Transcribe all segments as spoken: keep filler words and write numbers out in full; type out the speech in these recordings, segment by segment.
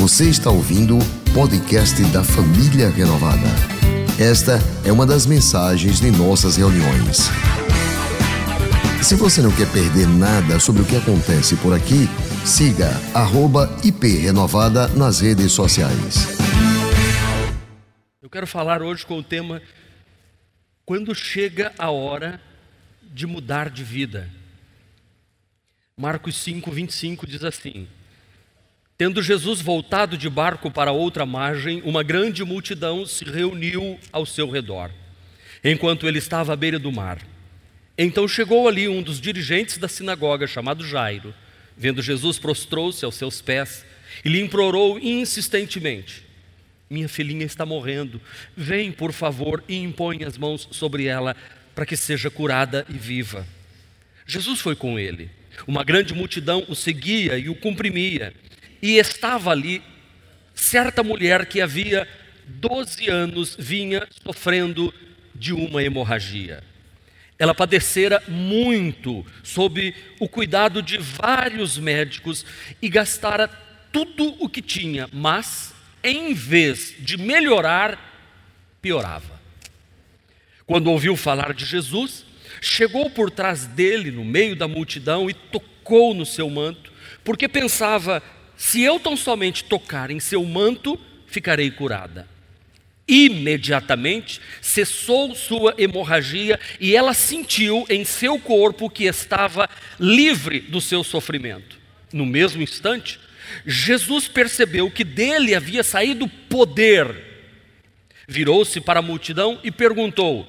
Você está ouvindo o podcast da Família Renovada. Esta é uma das mensagens de nossas reuniões. Se você não quer perder nada sobre o que acontece por aqui, siga arroba I P Renovada nas redes sociais. Eu quero falar hoje com o tema Quando chega a hora de mudar de vida. Marcos cinco, vinte e cinco diz assim: Tendo Jesus voltado de barco para outra margem, uma grande multidão se reuniu ao seu redor, enquanto ele estava à beira do mar. Então chegou ali um dos dirigentes da sinagoga, chamado Jairo. Vendo Jesus, prostrou-se aos seus pés e lhe implorou insistentemente: Minha filhinha está morrendo, vem por favor e impõe as mãos sobre ela, para que seja curada e viva. Jesus foi com ele. Uma grande multidão o seguia e o comprimia. E estava ali certa mulher que havia doze anos vinha sofrendo de uma hemorragia. Ela padecera muito sob o cuidado de vários médicos e gastara tudo o que tinha, mas em vez de melhorar, piorava. Quando ouviu falar de Jesus, chegou por trás dele no meio da multidão e tocou no seu manto, porque pensava: se eu tão somente tocar em seu manto, ficarei curada. Imediatamente cessou sua hemorragia e ela sentiu em seu corpo que estava livre do seu sofrimento. No mesmo instante, Jesus percebeu que dele havia saído poder. Virou-se para a multidão e perguntou: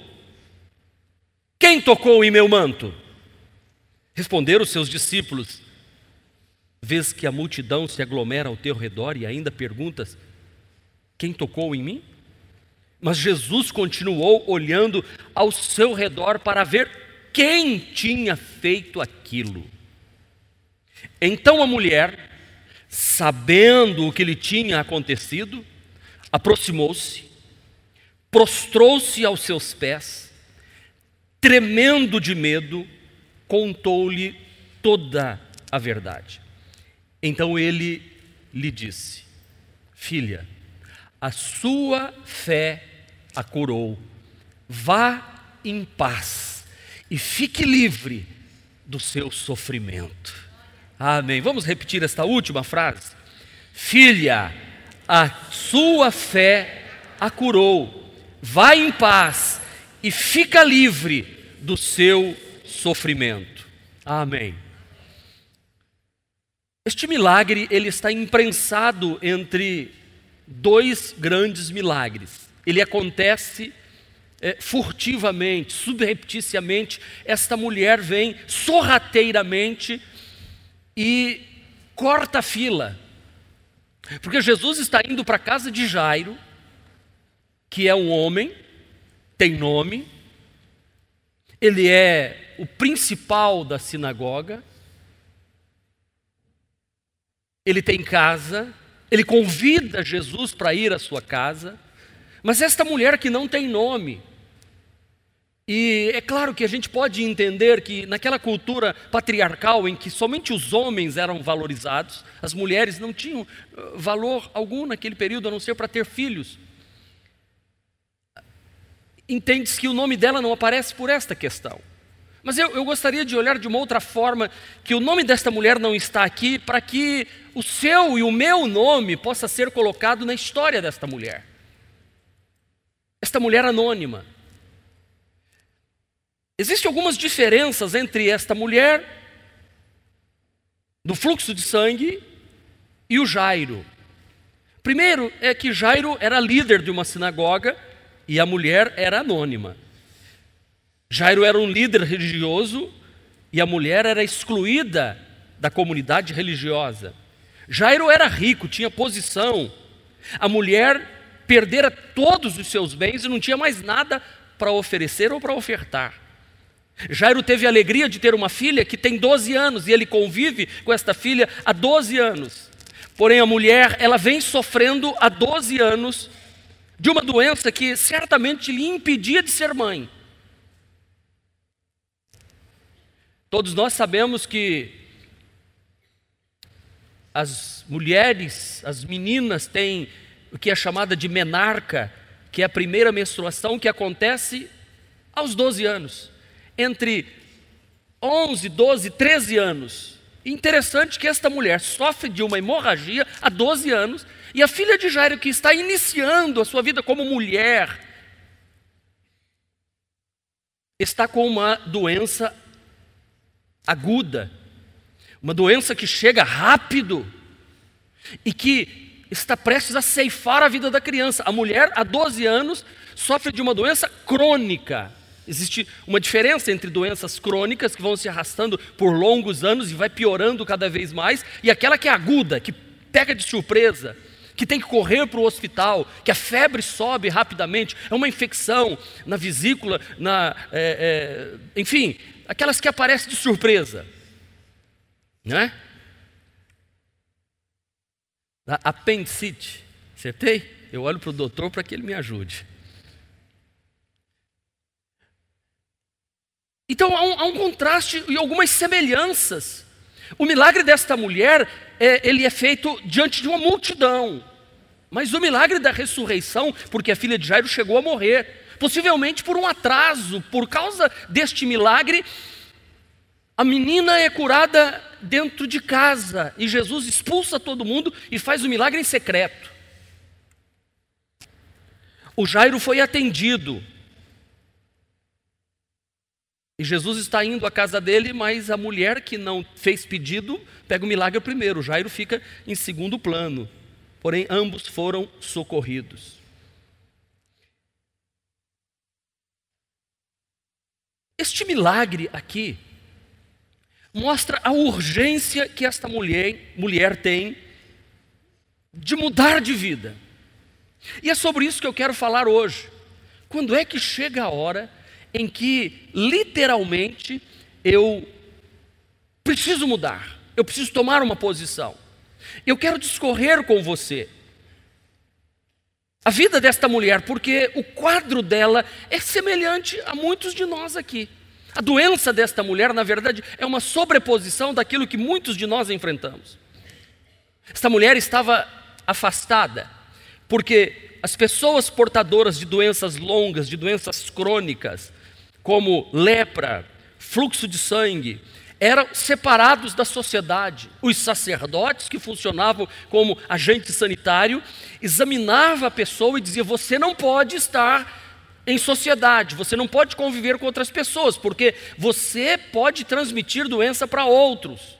Quem tocou em meu manto? Responderam os seus discípulos: Vês que a multidão se aglomera ao teu redor e ainda perguntas: Quem tocou em mim? Mas Jesus continuou olhando ao seu redor para ver quem tinha feito aquilo. Então a mulher, sabendo o que lhe tinha acontecido, aproximou-se, prostrou-se aos seus pés, tremendo de medo, contou-lhe toda a verdade. Então ele lhe disse: Filha, a sua fé a curou. Vá em paz e fique livre do seu sofrimento. Amém. Vamos repetir esta última frase? Filha, a sua fé a curou. Vá em paz e fica livre do seu sofrimento. Amém. Este milagre, ele está imprensado entre dois grandes milagres. Ele acontece é, furtivamente, subrepticiamente. Esta mulher vem sorrateiramente e corta a fila. Porque Jesus está indo para a casa de Jairo, que é um homem, tem nome, ele é o principal da sinagoga, ele tem casa, ele convida Jesus para ir à sua casa, mas esta mulher que não tem nome, e é claro que a gente pode entender que naquela cultura patriarcal em que somente os homens eram valorizados, as mulheres não tinham valor algum naquele período, a não ser para ter filhos. Entende-se que o nome dela não aparece por esta questão. Mas eu, eu gostaria de olhar de uma outra forma, que o nome desta mulher não está aqui para que o seu e o meu nome possa ser colocado na história desta mulher. Esta mulher anônima. Existem algumas diferenças entre esta mulher do fluxo de sangue e o Jairo. Primeiro é que Jairo era líder de uma sinagoga e a mulher era anônima. Jairo era um líder religioso e a mulher era excluída da comunidade religiosa. Jairo era rico, tinha posição. A mulher perdera todos os seus bens e não tinha mais nada para oferecer ou para ofertar. Jairo teve a alegria de ter uma filha que tem doze anos e ele convive com esta filha há doze anos. Porém a mulher, ela vem sofrendo há doze anos de uma doença que certamente lhe impedia de ser mãe. Todos nós sabemos que as mulheres, as meninas têm o que é chamada de menarca, que é a primeira menstruação que acontece aos doze anos, entre onze, doze, treze anos. Interessante que esta mulher sofre de uma hemorragia há doze anos, e a filha de Jairo, que está iniciando a sua vida como mulher, está com uma doença aguda, uma doença que chega rápido e que está prestes a ceifar a vida da criança. A mulher, há doze anos, sofre de uma doença crônica. Existe uma diferença entre doenças crônicas, que vão se arrastando por longos anos e vai piorando cada vez mais, e aquela que é aguda, que pega de surpresa, que tem que correr para o hospital, que a febre sobe rapidamente, é uma infecção na vesícula, na, é, é, enfim, aquelas que aparecem de surpresa, né? A apendicite, acertei? Eu olho para o doutor para que ele me ajude. Então há um, há um contraste e algumas semelhanças. O milagre desta mulher, é, ele é feito diante de uma multidão. Mas o milagre da ressurreição, porque a filha de Jairo chegou a morrer, possivelmente por um atraso, por causa deste milagre, a menina é curada dentro de casa, e Jesus expulsa todo mundo e faz o milagre em secreto. O Jairo foi atendido, e Jesus está indo à casa dele, mas a mulher que não fez pedido, pega o milagre primeiro, o Jairo fica em segundo plano. Porém, ambos foram socorridos. Este milagre aqui mostra a urgência que esta mulher, mulher tem de mudar de vida. E é sobre isso que eu quero falar hoje. Quando é que chega a hora em que, literalmente, eu preciso mudar, eu preciso tomar uma posição? Eu quero discorrer com você a vida desta mulher, porque o quadro dela é semelhante a muitos de nós aqui. A doença desta mulher, na verdade, é uma sobreposição daquilo que muitos de nós enfrentamos. Esta mulher estava afastada, porque as pessoas portadoras de doenças longas, de doenças crônicas, como lepra, fluxo de sangue, eram separados da sociedade. Os sacerdotes, que funcionavam como agente sanitário, examinavam a pessoa e diziam: você não pode estar em sociedade, você não pode conviver com outras pessoas, porque você pode transmitir doença para outros.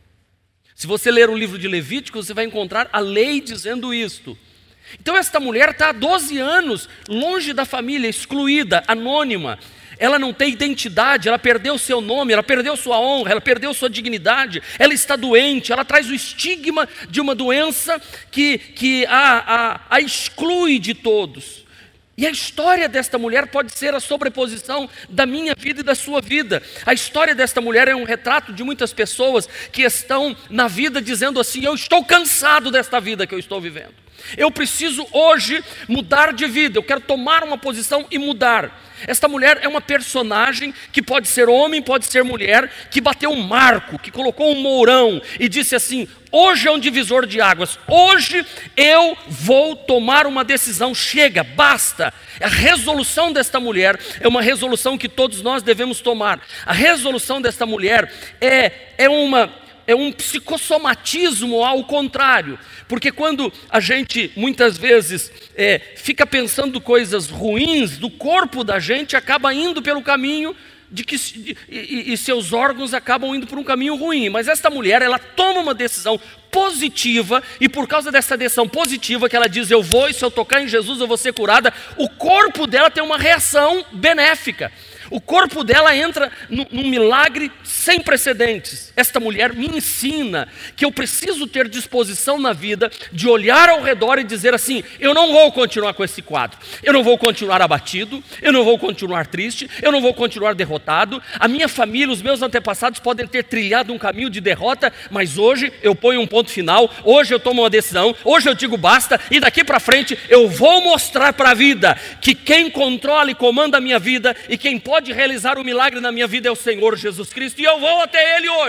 Se você ler o livro de Levítico, você vai encontrar a lei dizendo isto. Então esta mulher está há doze anos longe da família, excluída, anônima. Ela não tem identidade, ela perdeu seu nome, ela perdeu sua honra, ela perdeu sua dignidade, ela está doente, ela traz o estigma de uma doença que, que a, a, a exclui de todos. E a história desta mulher pode ser a sobreposição da minha vida e da sua vida. A história desta mulher é um retrato de muitas pessoas que estão na vida dizendo assim: eu estou cansado desta vida que eu estou vivendo. Eu preciso hoje mudar de vida, eu quero tomar uma posição e mudar. Esta mulher é uma personagem que pode ser homem, pode ser mulher, que bateu um marco, que colocou um mourão e disse assim: hoje é um divisor de águas, hoje eu vou tomar uma decisão, chega, basta. A resolução desta mulher é uma resolução que todos nós devemos tomar. A resolução desta mulher é, é uma... é um psicossomatismo ao contrário, porque quando a gente muitas vezes é, fica pensando coisas ruins, do corpo da gente acaba indo pelo caminho de que de, e, e seus órgãos acabam indo por um caminho ruim. Mas esta mulher, ela toma uma decisão positiva, e por causa dessa decisão positiva que ela diz: eu vou, e se eu tocar em Jesus eu vou ser curada, o corpo dela tem uma reação benéfica. O corpo dela entra num, num milagre sem precedentes. Esta mulher me ensina que eu preciso ter disposição na vida de olhar ao redor e dizer assim: eu não vou continuar com esse quadro, eu não vou continuar abatido, eu não vou continuar triste, eu não vou continuar derrotado. A minha família, os meus antepassados podem ter trilhado um caminho de derrota, mas hoje eu ponho um ponto final, hoje eu tomo uma decisão, hoje eu digo basta, e daqui para frente eu vou mostrar para a vida que quem controla e comanda a minha vida e quem pode realizar o milagre na minha vida é o Senhor Jesus Cristo, e eu vou até Ele hoje.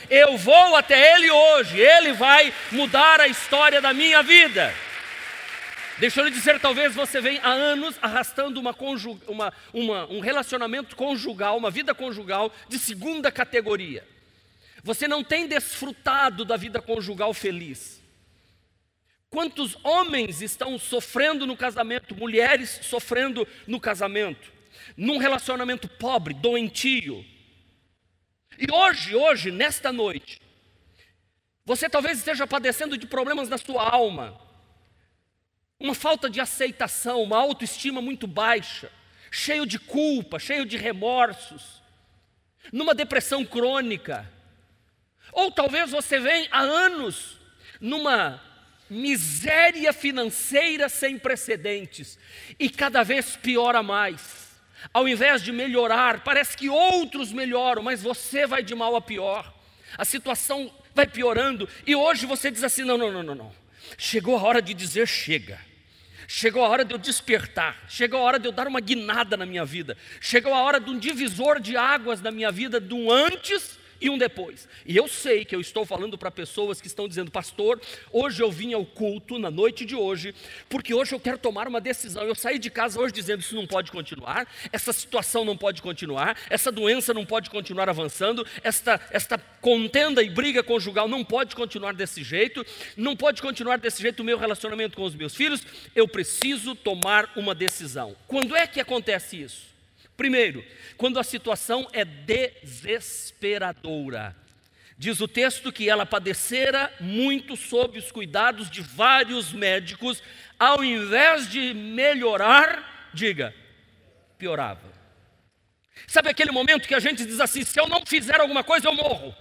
eu vou até Ele hoje, Ele vai mudar a história da minha vida. Deixa eu lhe dizer, talvez você venha há anos arrastando uma conjug... uma, uma, um relacionamento conjugal, uma vida conjugal de segunda categoria. Você não tem desfrutado da vida conjugal feliz. Quantos homens estão sofrendo no casamento, mulheres sofrendo no casamento, num relacionamento pobre, doentio. E hoje, hoje, nesta noite, você talvez esteja padecendo de problemas na sua alma, uma falta de aceitação, uma autoestima muito baixa, cheio de culpa, cheio de remorsos, numa depressão crônica. Ou talvez você venha há anos numa miséria financeira sem precedentes e cada vez piora mais. Ao invés de melhorar, parece que outros melhoram, mas você vai de mal a pior. A situação vai piorando e hoje você diz assim, não, não, não, não, não. Chegou a hora de dizer chega. Chegou a hora de eu despertar. Chegou a hora de eu dar uma guinada na minha vida. Chegou a hora de um divisor de águas na minha vida, de um antes e um depois. E eu sei que eu estou falando para pessoas que estão dizendo, pastor, hoje eu vim ao culto, na noite de hoje, porque hoje eu quero tomar uma decisão. Eu saí de casa hoje dizendo, isso não pode continuar, essa situação não pode continuar, essa doença não pode continuar avançando, esta, esta contenda e briga conjugal não pode continuar desse jeito, não pode continuar desse jeito o meu relacionamento com os meus filhos, eu preciso tomar uma decisão. Quando é que acontece isso? Primeiro, quando a situação é desesperadora. Diz o texto que ela padecera muito sob os cuidados de vários médicos, ao invés de melhorar, diga, piorava. Sabe aquele momento que a gente diz assim, se eu não fizer alguma coisa eu morro?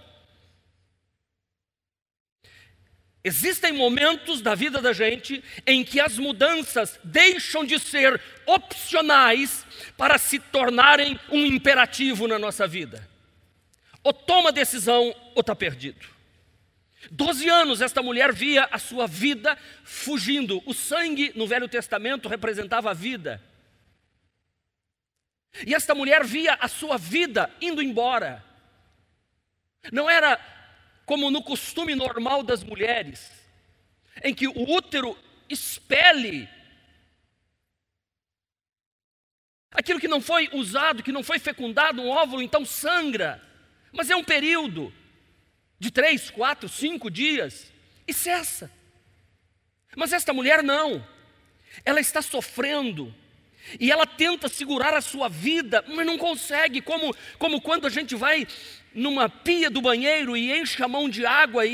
Existem momentos da vida da gente em que as mudanças deixam de ser opcionais para se tornarem um imperativo na nossa vida. Ou toma decisão ou está perdido. Doze anos esta mulher via a sua vida fugindo. O sangue no Velho Testamento representava a vida. E esta mulher via a sua vida indo embora. Não era como no costume normal das mulheres, em que o útero expele aquilo que não foi usado, que não foi fecundado, um óvulo então sangra, mas é um período de três, quatro, cinco dias e cessa. Mas esta mulher não, ela está sofrendo e ela tenta segurar a sua vida, mas não consegue, como, como quando a gente vai numa pia do banheiro e enche a mão de água e,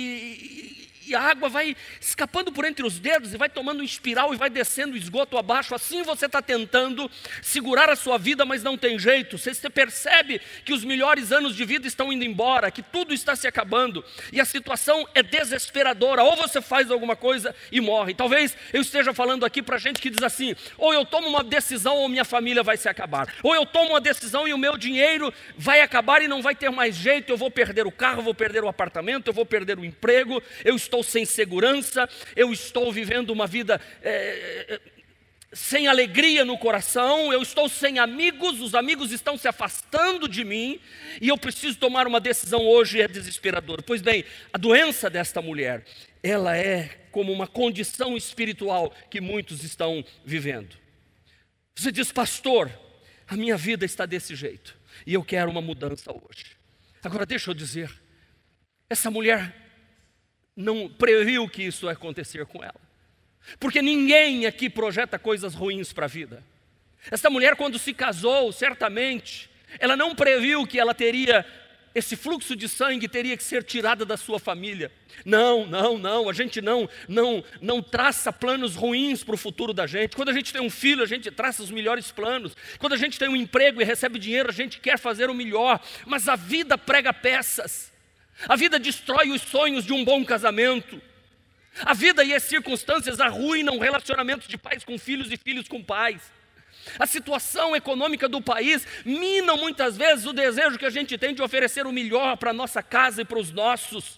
e, e a água vai escapando por entre os dedos e vai tomando um espiral e vai descendo o esgoto abaixo. Assim você está tentando segurar a sua vida, mas não tem jeito. Você percebe que os melhores anos de vida estão indo embora, que tudo está se acabando e a situação é desesperadora. Ou você faz alguma coisa e morre. Talvez eu esteja falando aqui para gente que diz assim, ou eu tomo uma decisão ou minha família vai se acabar. Ou eu tomo uma decisão e o meu dinheiro vai acabar e não vai ter mais jeito. Eu vou perder o carro, eu vou perder o apartamento, eu vou perder o emprego, eu estou sem segurança, eu estou vivendo uma vida é, sem alegria no coração, eu estou sem amigos, os amigos estão se afastando de mim e eu preciso tomar uma decisão hoje e é desesperador. Pois bem, a doença desta mulher, ela é como uma condição espiritual que muitos estão vivendo. Você diz, pastor, a minha vida está desse jeito e eu quero uma mudança hoje. Agora deixa eu dizer, essa mulher não previu que isso ia acontecer com ela. Porque ninguém aqui projeta coisas ruins para a vida. Essa mulher, quando se casou, certamente, ela não previu que ela teria, esse fluxo de sangue teria que ser tirada da sua família. Não, não, não, a gente não, não, não traça planos ruins para o futuro da gente. Quando a gente tem um filho, a gente traça os melhores planos. Quando a gente tem um emprego e recebe dinheiro, a gente quer fazer o melhor. Mas a vida prega peças. A vida destrói os sonhos de um bom casamento. A vida e as circunstâncias arruinam relacionamentos de pais com filhos e filhos com pais. A situação econômica do país mina muitas vezes o desejo que a gente tem de oferecer o melhor para a nossa casa e para os nossos.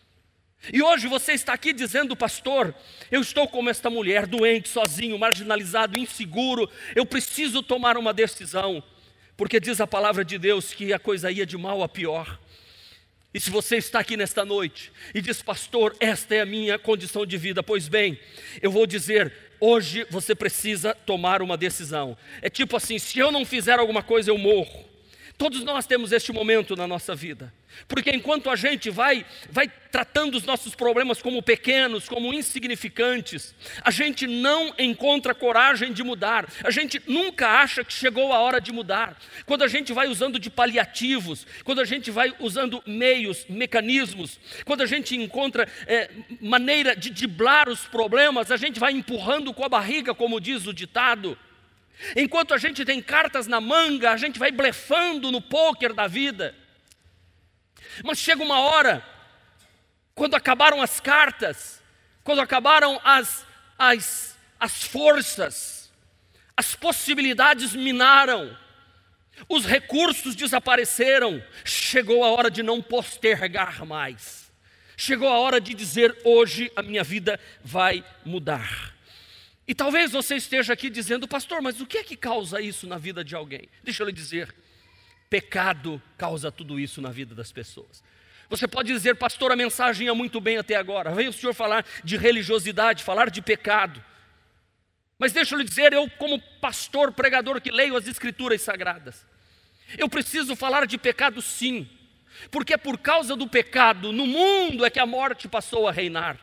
E hoje você está aqui dizendo, pastor, eu estou como esta mulher, doente, sozinho, marginalizado, inseguro, eu preciso tomar uma decisão, porque diz a palavra de Deus que a coisa ia de mal a pior. E se você está aqui nesta noite e diz, pastor, esta é a minha condição de vida, pois bem, eu vou dizer, hoje você precisa tomar uma decisão. É tipo assim, se eu não fizer alguma coisa, eu morro. Todos nós temos este momento na nossa vida, porque enquanto a gente vai, vai tratando os nossos problemas como pequenos, como insignificantes, a gente não encontra coragem de mudar, a gente nunca acha que chegou a hora de mudar. Quando a gente vai usando de paliativos, quando a gente vai usando meios, mecanismos, quando a gente encontra é, maneira de driblar os problemas, a gente vai empurrando com a barriga, como diz o ditado. Enquanto a gente tem cartas na manga, a gente vai blefando no pôquer da vida. Mas chega uma hora, quando acabaram as cartas, quando acabaram as, as, as forças, as possibilidades minaram, os recursos desapareceram, chegou a hora de não postergar mais. Chegou a hora de dizer, hoje a minha vida vai mudar. E talvez você esteja aqui dizendo, pastor, mas o que é que causa isso na vida de alguém? Deixa eu lhe dizer, pecado causa tudo isso na vida das pessoas. Você pode dizer, pastor, a mensagem ia muito bem até agora. Veio o senhor falar de religiosidade, falar de pecado. Mas deixa eu lhe dizer, eu como pastor, pregador que leio as escrituras sagradas, eu preciso falar de pecado sim, porque é por causa do pecado no mundo é que a morte passou a reinar.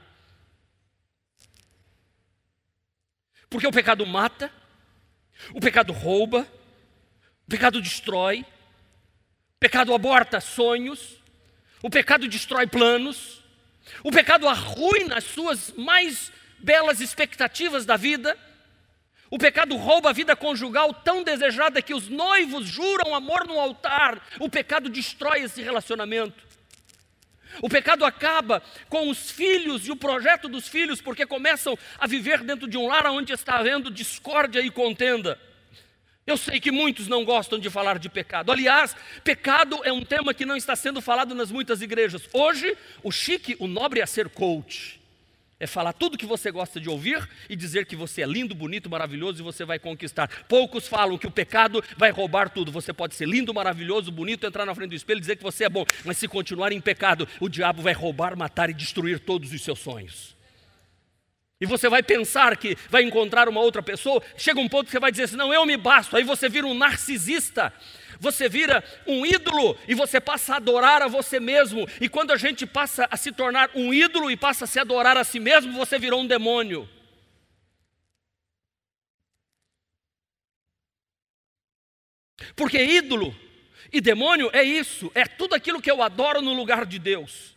Porque o pecado mata, o pecado rouba, o pecado destrói, o pecado aborta sonhos, o pecado destrói planos, o pecado arruina as suas mais belas expectativas da vida, o pecado rouba a vida conjugal tão desejada que os noivos juram amor no altar, o pecado destrói esse relacionamento. O pecado acaba com os filhos e o projeto dos filhos, porque começam a viver dentro de um lar onde está havendo discórdia e contenda. Eu sei que muitos não gostam de falar de pecado. Aliás, pecado é um tema que não está sendo falado nas muitas igrejas. Hoje, o chique, o nobre é ser coach. É falar tudo que você gosta de ouvir e dizer que você é lindo, bonito, maravilhoso e você vai conquistar. Poucos falam que o pecado vai roubar tudo. Você pode ser lindo, maravilhoso, bonito, entrar na frente do espelho e dizer que você é bom. Mas se continuar em pecado, o diabo vai roubar, matar e destruir todos os seus sonhos. E você vai pensar que vai encontrar uma outra pessoa, chega um ponto que você vai dizer assim, não, eu me basto. Aí você vira um narcisista. Você vira um ídolo e você passa a adorar a você mesmo. E quando a gente passa a se tornar um ídolo e passa a se adorar a si mesmo, você virou um demônio. Porque ídolo e demônio é isso, é tudo aquilo que eu adoro no lugar de Deus.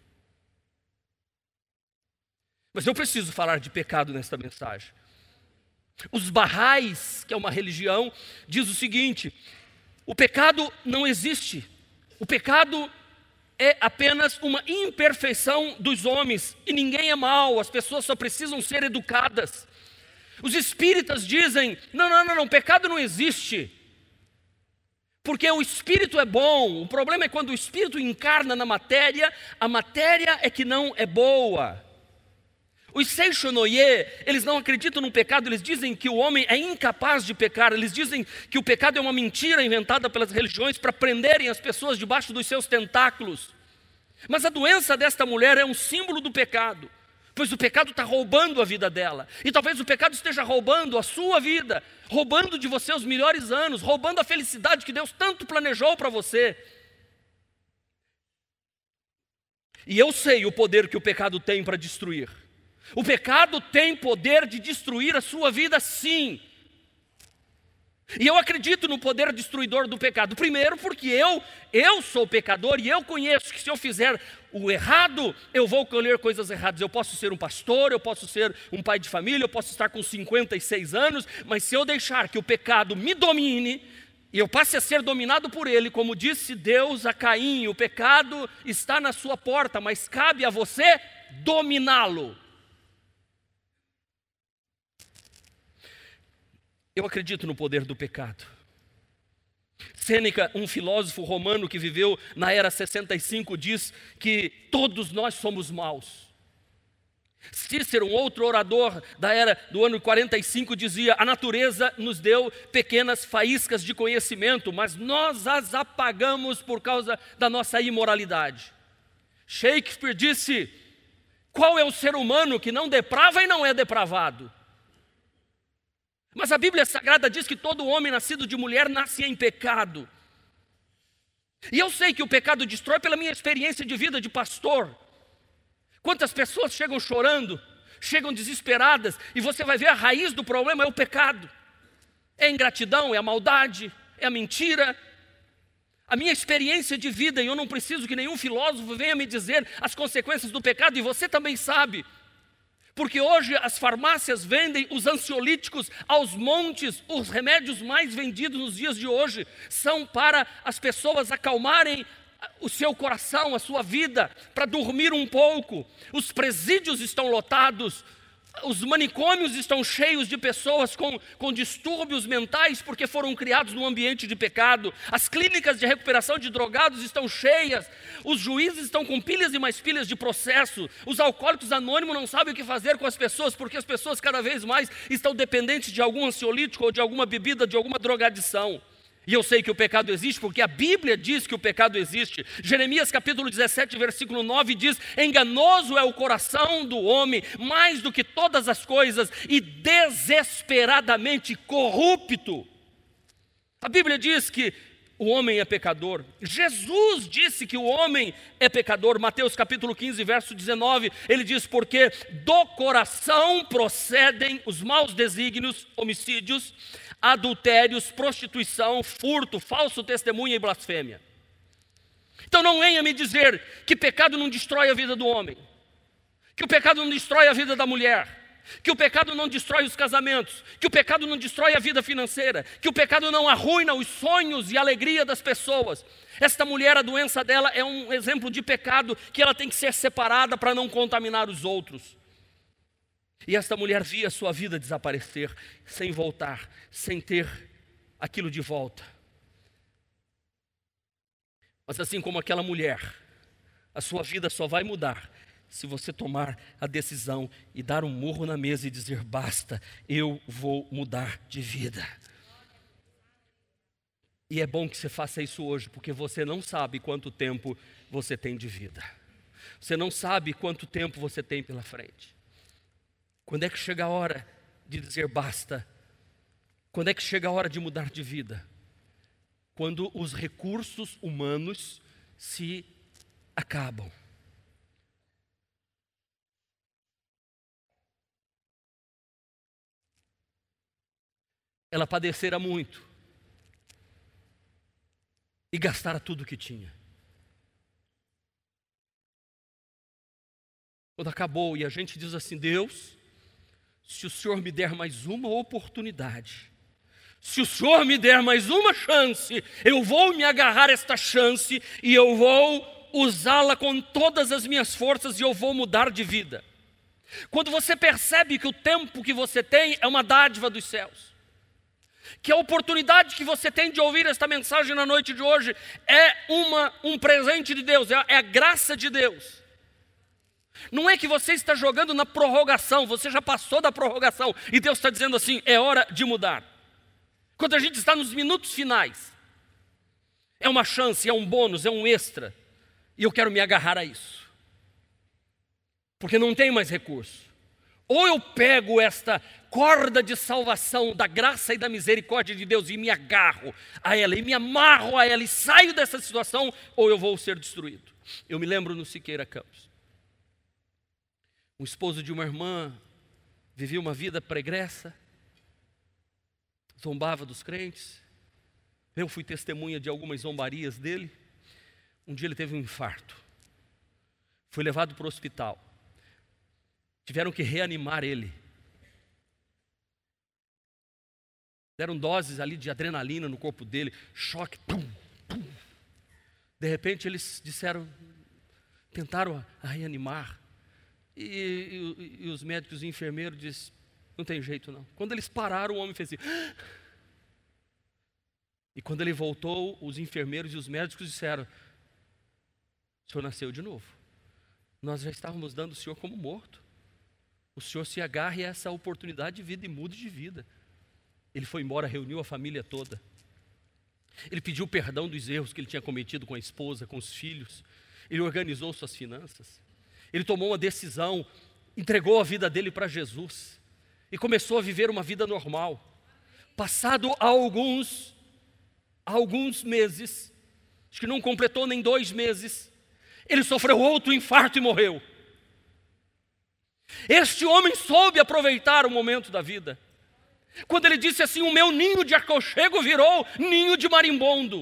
Mas eu preciso falar de pecado nesta mensagem. Os Bahais, que é uma religião, diz o seguinte: o pecado não existe. O pecado é apenas uma imperfeição dos homens. E ninguém é mau, as pessoas só precisam ser educadas. Os espíritas dizem, não, não, não, não, pecado não existe. Porque o espírito é bom. O problema é quando o espírito encarna na matéria, a matéria é que não é boa. Os Seixonoye, eles não acreditam no pecado, eles dizem que o homem é incapaz de pecar, eles dizem que o pecado é uma mentira inventada pelas religiões para prenderem as pessoas debaixo dos seus tentáculos. Mas a doença desta mulher é um símbolo do pecado, pois o pecado está roubando a vida dela. E talvez o pecado esteja roubando a sua vida, roubando de você os melhores anos, roubando a felicidade que Deus tanto planejou para você. E eu sei o poder que o pecado tem para destruir. O pecado tem poder de destruir a sua vida, sim. E eu acredito no poder destruidor do pecado. Primeiro porque eu, eu sou pecador e eu conheço que se eu fizer o errado, eu vou colher coisas erradas. Eu posso ser um pastor, eu posso ser um pai de família, eu posso estar com cinquenta e seis anos, mas se eu deixar que o pecado me domine, e eu passe a ser dominado por ele, como disse Deus a Caim, o pecado está na sua porta, mas cabe a você dominá-lo. Eu acredito no poder do pecado. Sêneca, um filósofo romano que viveu na era sessenta e cinco, diz que todos nós somos maus. Cícero, um outro orador da era do ano quarenta e cinco, dizia: a natureza nos deu pequenas faíscas de conhecimento, mas nós as apagamos por causa da nossa imoralidade. Shakespeare disse: qual é o ser humano que não deprava e não é depravado? Mas a Bíblia Sagrada diz que todo homem nascido de mulher nasce em pecado. E eu sei que o pecado destrói pela minha experiência de vida de pastor. Quantas pessoas chegam chorando, chegam desesperadas, e você vai ver a raiz do problema é o pecado. É a ingratidão, é a maldade, é a mentira. A minha experiência de vida, e eu não preciso que nenhum filósofo venha me dizer as consequências do pecado, e você também sabe. Porque hoje as farmácias vendem os ansiolíticos aos montes, os remédios mais vendidos nos dias de hoje são para as pessoas acalmarem o seu coração, a sua vida, para dormir um pouco. Os presídios estão lotados, os manicômios estão cheios de pessoas com, com distúrbios mentais porque foram criados num ambiente de pecado. As clínicas de recuperação de drogados estão cheias. Os juízes estão com pilhas e mais pilhas de processo. Os alcoólicos anônimos não sabem o que fazer com as pessoas porque as pessoas cada vez mais estão dependentes de algum ansiolítico ou de alguma bebida, de alguma drogadição. E eu sei que o pecado existe porque a Bíblia diz que o pecado existe. Jeremias capítulo dezessete, versículo nove diz: enganoso é o coração do homem, mais do que todas as coisas, e desesperadamente corrupto. A Bíblia diz que o homem é pecador. Jesus disse que o homem é pecador. Mateus capítulo quinze, verso dezenove, ele diz: porque do coração procedem os maus desígnios, homicídios, adultérios, prostituição, furto, falso testemunho e blasfêmia. Então não venha me dizer que pecado não destrói a vida do homem, que o pecado não destrói a vida da mulher, que o pecado não destrói os casamentos, que o pecado não destrói a vida financeira, que o pecado não arruina os sonhos e a alegria das pessoas. Esta mulher, a doença dela é um exemplo de pecado que ela tem que ser separada para não contaminar os outros. E esta mulher via a sua vida desaparecer, sem voltar, sem ter aquilo de volta. Mas assim como aquela mulher, a sua vida só vai mudar se você tomar a decisão e dar um murro na mesa e dizer: basta, eu vou mudar de vida. E é bom que você faça isso hoje, porque você não sabe quanto tempo você tem de vida. Você não sabe quanto tempo você tem pela frente. Quando é que chega a hora de dizer basta? Quando é que chega a hora de mudar de vida? Quando os recursos humanos se acabam. Ela padecera muito e gastara tudo o que tinha. Quando acabou, e a gente diz assim: Deus, se o Senhor me der mais uma oportunidade, se o Senhor me der mais uma chance, eu vou me agarrar a esta chance e eu vou usá-la com todas as minhas forças e eu vou mudar de vida. Quando você percebe que o tempo que você tem é uma dádiva dos céus, que a oportunidade que você tem de ouvir esta mensagem na noite de hoje é uma, um presente de Deus, é, é a graça de Deus. Não é que você está jogando na prorrogação, você já passou da prorrogação e Deus está dizendo assim: é hora de mudar. Quando a gente está nos minutos finais, é uma chance, é um bônus, é um extra, e eu quero me agarrar a isso, porque não tem mais recurso. Ou eu pego esta corda de salvação da graça e da misericórdia de Deus e me agarro a ela, e me amarro a ela e saio dessa situação, ou eu vou ser destruído. Eu me lembro no Siqueira Campos, um esposo de uma irmã vivia uma vida pregressa, zombava dos crentes. Eu fui testemunha de algumas zombarias dele. Um dia ele teve um infarto, foi levado para o hospital, tiveram que reanimar ele, deram doses ali de adrenalina no corpo dele, choque, pum, pum. De repente eles disseram, tentaram a reanimar, e, e, e os médicos e enfermeiros disseram: não tem jeito não. Quando eles pararam, o homem fez assim. E quando ele voltou, os enfermeiros e os médicos disseram: o senhor nasceu de novo. Nós já estávamos dando o senhor como morto. O senhor se agarre a essa oportunidade de vida e mude de vida. Ele foi embora, reuniu a família toda. Ele pediu perdão dos erros que ele tinha cometido com a esposa, com os filhos. Ele organizou suas finanças. Ele tomou uma decisão, entregou a vida dele para Jesus e começou a viver uma vida normal. Passado alguns, alguns meses, acho que não completou nem dois meses, ele sofreu outro infarto e morreu. Este homem soube aproveitar o momento da vida. Quando ele disse assim: o meu ninho de aconchego virou ninho de marimbondo.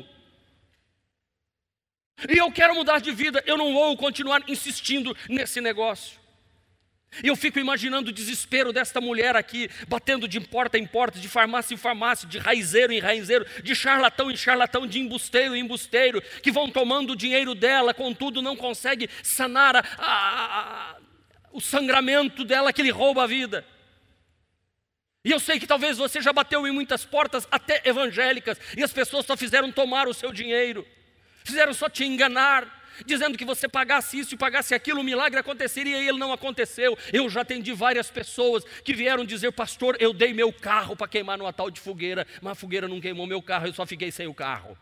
E eu quero mudar de vida, eu não vou continuar insistindo nesse negócio. E eu fico imaginando o desespero desta mulher aqui, batendo de porta em porta, de farmácia em farmácia, de raizeiro em raizeiro, de charlatão em charlatão, de embusteiro em embusteiro, que vão tomando o dinheiro dela, contudo não consegue sanar a, a, a, o sangramento dela que lhe rouba a vida. E eu sei que talvez você já bateu em muitas portas, até evangélicas, e as pessoas só fizeram tomar o seu dinheiro, fizeram só te enganar, dizendo que você pagasse isso e pagasse aquilo, o milagre aconteceria, e ele não aconteceu. Eu já atendi várias pessoas que vieram dizer: pastor, eu dei meu carro para queimar numa tal de fogueira, mas a fogueira não queimou meu carro, eu só fiquei sem o carro.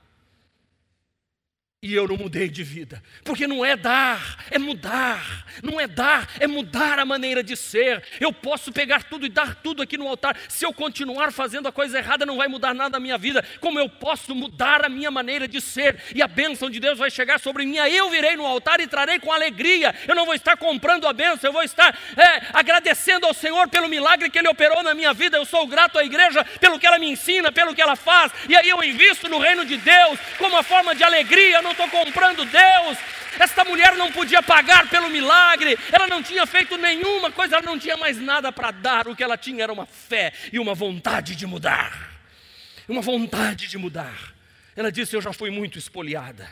E eu não mudei de vida, porque não é dar, é mudar. Não é dar, é mudar a maneira de ser. Eu posso pegar tudo e dar tudo aqui no altar. Se eu continuar fazendo a coisa errada, não vai mudar nada na minha vida. Como eu posso mudar a minha maneira de ser, e a bênção de Deus vai chegar sobre mim. Aí eu virei no altar e trarei com alegria. Eu não vou estar comprando a bênção, eu vou estar é, agradecendo ao Senhor pelo milagre que Ele operou na minha vida. Eu sou grato à igreja pelo que ela me ensina, pelo que ela faz. E aí eu invisto no reino de Deus como uma forma de alegria. Eu não estou comprando Deus. Esta mulher não podia pagar pelo milagre, ela não tinha feito nenhuma coisa, ela não tinha mais nada para dar. O que ela tinha era uma fé e uma vontade de mudar. Uma vontade de mudar. Ela disse: eu já fui muito espoliada.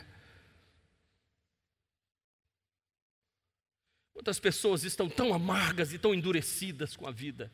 Quantas pessoas estão tão amargas e tão endurecidas com a vida?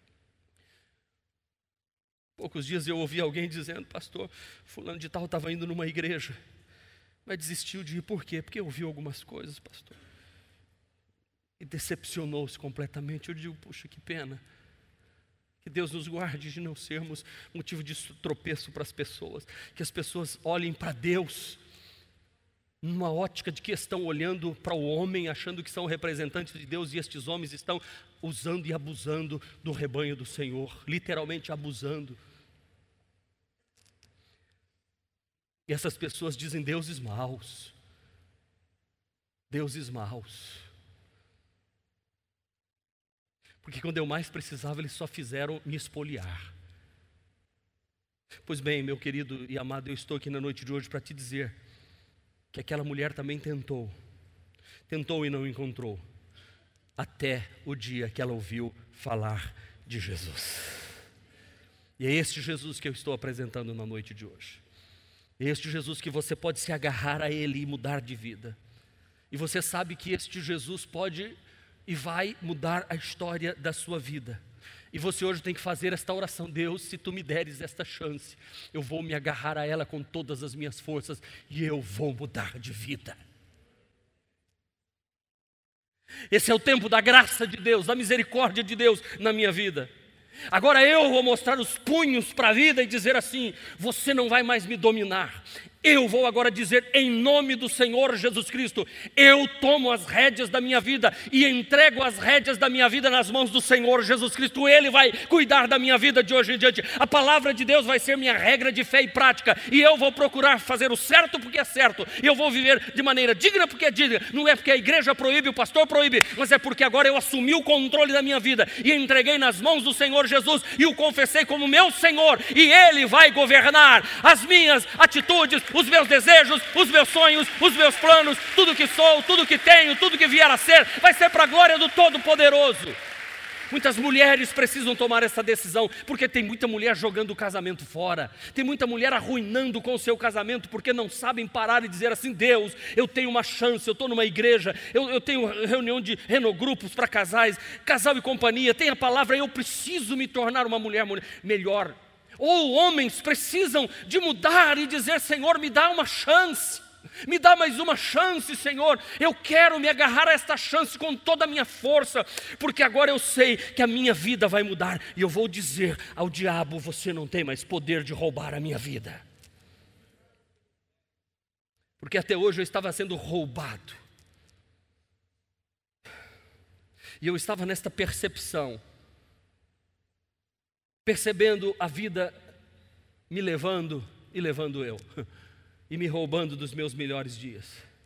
Poucos dias eu ouvi alguém dizendo: pastor, fulano de tal estava indo numa igreja, mas desistiu de ir. Por quê? Porque ouviu algumas coisas, pastor, e decepcionou-se completamente. Eu digo: puxa, que pena. Que Deus nos guarde de não sermos motivo de tropeço para as pessoas. Que as pessoas olhem para Deus numa ótica de que estão olhando para o homem, achando que são representantes de Deus, e estes homens estão usando e abusando do rebanho do Senhor, literalmente abusando. E essas pessoas dizem: deuses maus, deuses maus. Porque quando eu mais precisava, eles só fizeram me espoliar. Pois bem, meu querido e amado, eu estou aqui na noite de hoje para te dizer que aquela mulher também tentou, tentou e não encontrou, até o dia que ela ouviu falar de Jesus. E é este Jesus que eu estou apresentando na noite de hoje. Este Jesus que você pode se agarrar a Ele e mudar de vida. E você sabe que este Jesus pode e vai mudar a história da sua vida. E você hoje tem que fazer esta oração: Deus, se Tu me deres esta chance, eu vou me agarrar a ela com todas as minhas forças e eu vou mudar de vida. Esse é o tempo da graça de Deus, da misericórdia de Deus na minha vida. Agora eu vou mostrar os punhos para a vida e dizer assim: você não vai mais me dominar. Eu vou agora dizer, em nome do Senhor Jesus Cristo, eu tomo as rédeas da minha vida e entrego as rédeas da minha vida nas mãos do Senhor Jesus Cristo. Ele vai cuidar da minha vida de hoje em diante. A palavra de Deus vai ser minha regra de fé e prática, e eu vou procurar fazer o certo porque é certo, e eu vou viver de maneira digna porque é digna. Não é porque a igreja proíbe, o pastor proíbe, mas é porque agora eu assumi o controle da minha vida e entreguei nas mãos do Senhor Jesus e o confessei como meu Senhor, e Ele vai governar as minhas atitudes, os meus desejos, os meus sonhos, os meus planos. Tudo que sou, tudo que tenho, tudo que vier a ser, vai ser para a glória do Todo-Poderoso. Muitas mulheres precisam tomar essa decisão, porque tem muita mulher jogando o casamento fora, tem muita mulher arruinando com o seu casamento, porque não sabem parar e dizer assim: Deus, eu tenho uma chance, eu estou numa igreja, eu, eu tenho reunião de renogrupos para casais, casal e companhia, tem a palavra, eu preciso me tornar uma mulher, mulher melhor. Ou homens precisam de mudar e dizer: Senhor, me dá uma chance, me dá mais uma chance, Senhor. Eu quero me agarrar a esta chance com toda a minha força, porque agora eu sei que a minha vida vai mudar. E eu vou dizer ao diabo: você não tem mais poder de roubar a minha vida. porque até hoje eu estava sendo roubado. E eu estava nesta percepção, percebendo a vida me levando e levando eu, e me roubando dos meus melhores dias.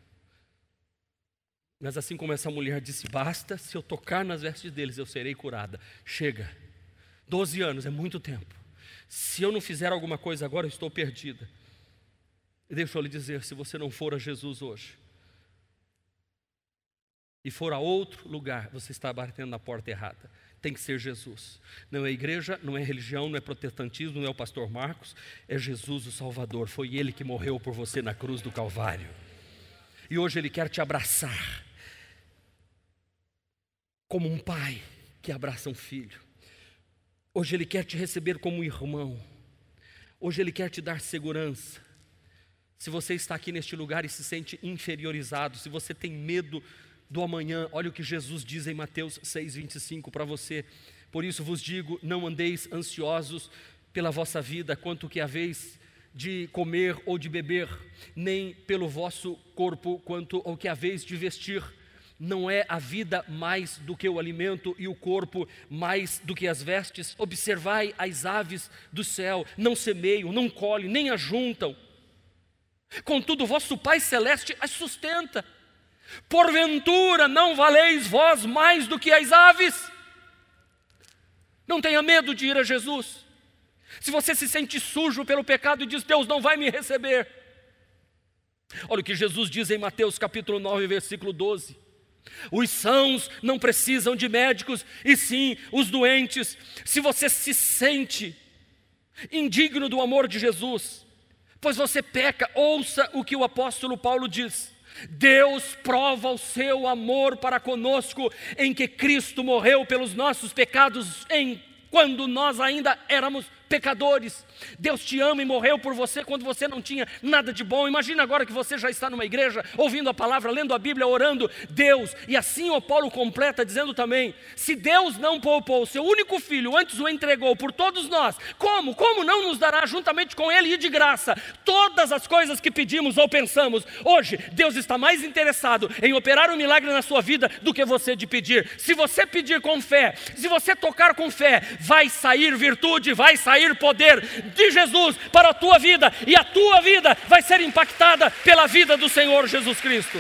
Mas assim como essa mulher disse, basta, se eu tocar nas vestes deles, eu serei curada. Chega, doze anos é muito tempo. Se eu não fizer alguma coisa agora, eu estou perdida. E deixa eu lhe dizer, se você não for a Jesus hoje, e for a outro lugar, você está batendo na porta errada. Tem que ser Jesus. Não é igreja, não é religião, não é protestantismo, não é o pastor Marcos, é Jesus o Salvador. Foi Ele que morreu por você na cruz do Calvário. E hoje Ele quer te abraçar, como um pai que abraça um filho. Hoje Ele quer te receber como um irmão. Hoje Ele quer te dar segurança. Se você está aqui neste lugar e se sente inferiorizado, se você tem medo do amanhã, olha o que Jesus diz em Mateus seis, vinte e cinco para você. Por isso vos digo, não andeis ansiosos pela vossa vida, quanto que haveis de comer ou de beber, nem pelo vosso corpo, quanto ao que haveis de vestir. Não é a vida mais do que o alimento e o corpo mais do que as vestes? Observai as aves do céu, não semeiam, não colhem, nem ajuntam. Contudo, vosso Pai Celeste as sustenta. Porventura não valeis vós mais do que as aves? Não tenha medo de ir a Jesus. Se você se sente sujo pelo pecado e diz, Deus não vai me receber. Olha o que Jesus diz em Mateus capítulo nove, versículo doze. Os sãos não precisam de médicos, e sim os doentes. Se você se sente indigno do amor de Jesus, pois você peca, ouça o que o apóstolo Paulo diz. Deus prova o seu amor para conosco em que Cristo morreu pelos nossos pecados em quando nós ainda éramos pecadores. Deus te ama e morreu por você quando você não tinha nada de bom. Imagina agora que você já está numa igreja, ouvindo a palavra, lendo a Bíblia, orando, Deus, e assim o Paulo completa dizendo também, se Deus não poupou o seu único filho, antes o entregou por todos nós, como? Como não nos dará juntamente com ele e de graça todas as coisas que pedimos ou pensamos? Hoje, Deus está mais interessado em operar um milagre na sua vida do que você de pedir. Se você pedir com fé, se você tocar com fé, vai sair virtude, vai sair poder de Jesus para a tua vida, e a tua vida vai ser impactada pela vida do Senhor Jesus Cristo.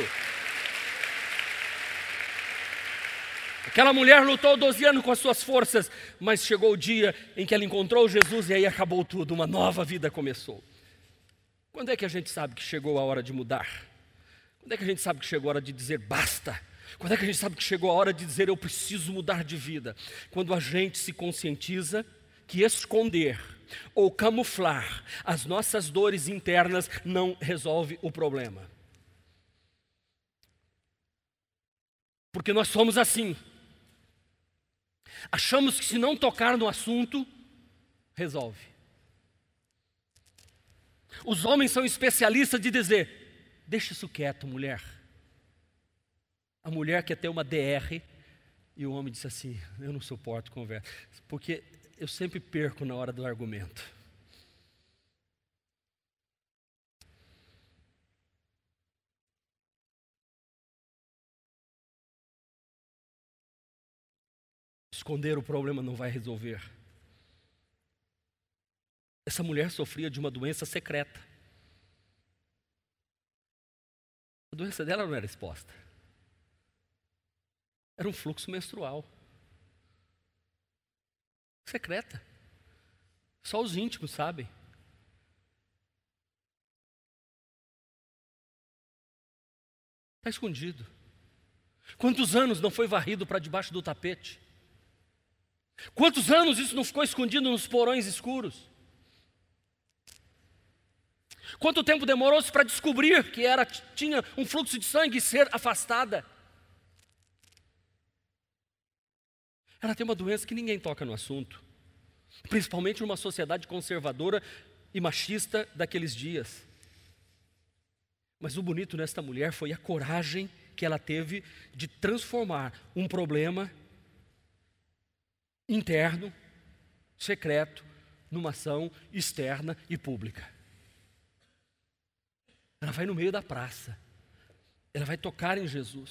Aquela mulher lutou doze anos com as suas forças, mas chegou o dia em que ela encontrou Jesus e aí acabou tudo, uma nova vida começou. Quando é que a gente sabe que chegou a hora de mudar? Quando é que a gente sabe que chegou a hora de dizer basta? Quando é que a gente sabe que chegou a hora de dizer eu preciso mudar de vida? Quando a gente se conscientiza que esconder ou camuflar as nossas dores internas não resolve o problema. Porque nós somos assim. Achamos que se não tocar no assunto, resolve. Os homens são especialistas de dizer, deixa isso quieto, mulher. A mulher quer ter uma D R e o homem disse assim, eu não suporto conversa, porque eu sempre perco na hora do argumento. Esconder o problema não vai resolver. Essa mulher sofria de uma doença secreta. A doença dela não era exposta. Era um fluxo menstrual. Secreta. Só os íntimos sabem. Está escondido. Quantos anos não foi varrido para debaixo do tapete? Quantos anos isso não ficou escondido nos porões escuros? Quanto tempo demorou-se para descobrir que era, tinha um fluxo de sangue e ser afastada? Ela tem uma doença que ninguém toca no assunto, principalmente numa sociedade conservadora e machista daqueles dias. Mas o bonito nesta mulher foi a coragem que ela teve de transformar um problema interno, secreto, numa ação externa e pública. Ela vai no meio da praça. Ela vai tocar em Jesus.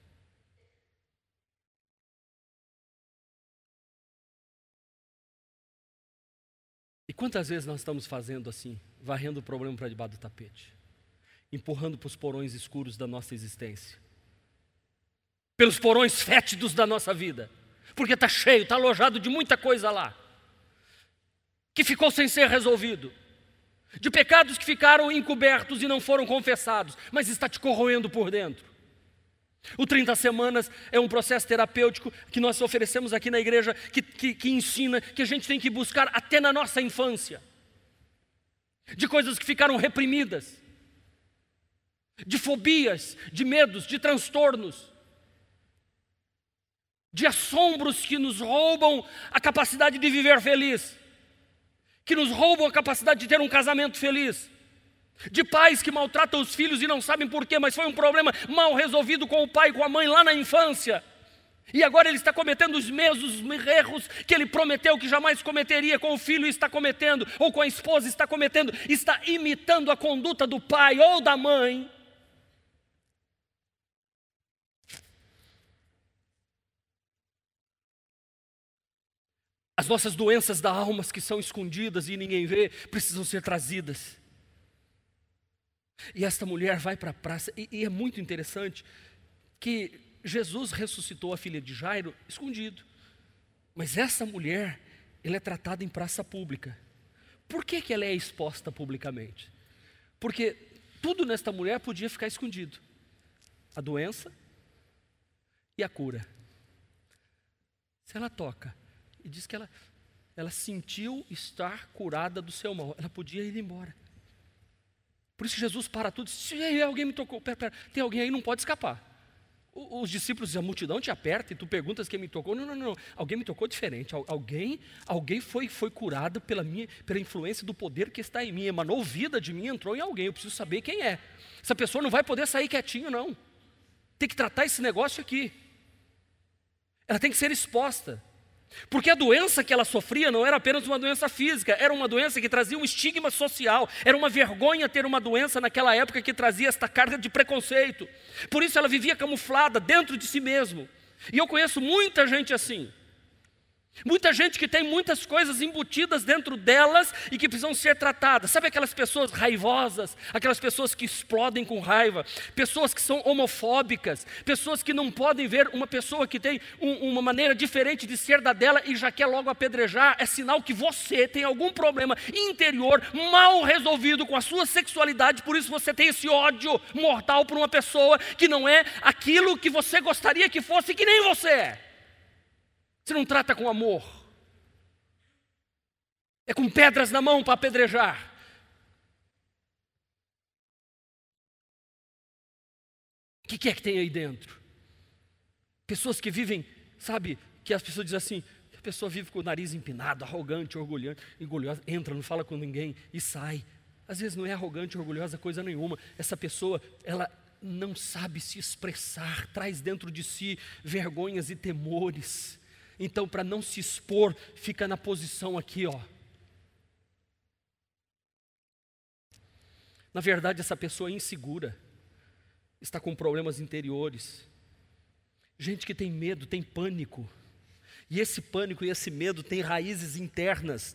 E quantas vezes nós estamos fazendo assim, varrendo o problema para debaixo do tapete, empurrando para os porões escuros da nossa existência, pelos porões fétidos da nossa vida, porque está cheio, está alojado de muita coisa lá, que ficou sem ser resolvido, de pecados que ficaram encobertos e não foram confessados, mas está te corroendo por dentro. O trinta Semanas é um processo terapêutico que nós oferecemos aqui na igreja, que, que, que ensina que a gente tem que buscar até na nossa infância, de coisas que ficaram reprimidas, de fobias, de medos, de transtornos, de assombros que nos roubam a capacidade de viver feliz, que nos roubam a capacidade de ter um casamento feliz, de pais que maltratam os filhos e não sabem porquê, mas foi um problema mal resolvido com o pai e com a mãe lá na infância. E agora ele está cometendo os mesmos erros que ele prometeu que jamais cometeria com o filho e está cometendo, ou com a esposa está cometendo, está imitando a conduta do pai ou da mãe. As nossas doenças da alma que são escondidas e ninguém vê, precisam ser trazidas. E esta mulher vai para a praça, e, e é muito interessante que Jesus ressuscitou a filha de Jairo escondido. Mas essa mulher, ela é tratada em praça pública. Por que que ela é exposta publicamente? Porque tudo nesta mulher podia ficar escondido. A doença e a cura. Se ela toca e diz que ela, ela sentiu estar curada do seu mal, ela podia ir embora. Por isso Jesus para tudo, se alguém me tocou, pera, pera, tem alguém aí, não pode escapar. Os discípulos, a multidão te aperta e tu perguntas quem me tocou. Não, não, não, alguém me tocou diferente. Alguém, alguém foi, foi curado pela, minha, pela influência do poder que está em mim. Emanou vida de mim, entrou em alguém, eu preciso saber quem é. Essa pessoa não vai poder sair quietinho, não. Tem que tratar esse negócio aqui. Ela tem que ser exposta. Porque a doença que ela sofria não era apenas uma doença física, era uma doença que trazia um estigma social, era uma vergonha ter uma doença naquela época que trazia esta carga de preconceito. Por isso ela vivia camuflada dentro de si mesmo. E eu conheço muita gente assim. Muita gente que tem muitas coisas embutidas dentro delas e que precisam ser tratadas. Sabe aquelas pessoas raivosas, aquelas pessoas que explodem com raiva, pessoas que são homofóbicas, pessoas que não podem ver uma pessoa que tem um, uma maneira diferente de ser da dela e já quer logo apedrejar. É sinal que você tem algum problema interior mal resolvido com a sua sexualidade, por isso você tem esse ódio mortal por uma pessoa que não é aquilo que você gostaria que fosse, que nem você é. Você não trata com amor. É com pedras na mão para apedrejar. O que, que é que tem aí dentro? Pessoas que vivem, sabe, que as pessoas dizem assim, a pessoa vive com o nariz empinado, arrogante, orgulhosa, orgulhosa, entra, não fala com ninguém e sai. Às vezes não é arrogante, orgulhosa, coisa nenhuma. Essa pessoa, ela não sabe se expressar, traz dentro de si vergonhas e temores. Então, para não se expor, fica na posição aqui, ó. Na verdade, essa pessoa é insegura, está com problemas interiores. Gente que tem medo, tem pânico. E esse pânico e esse medo têm raízes internas.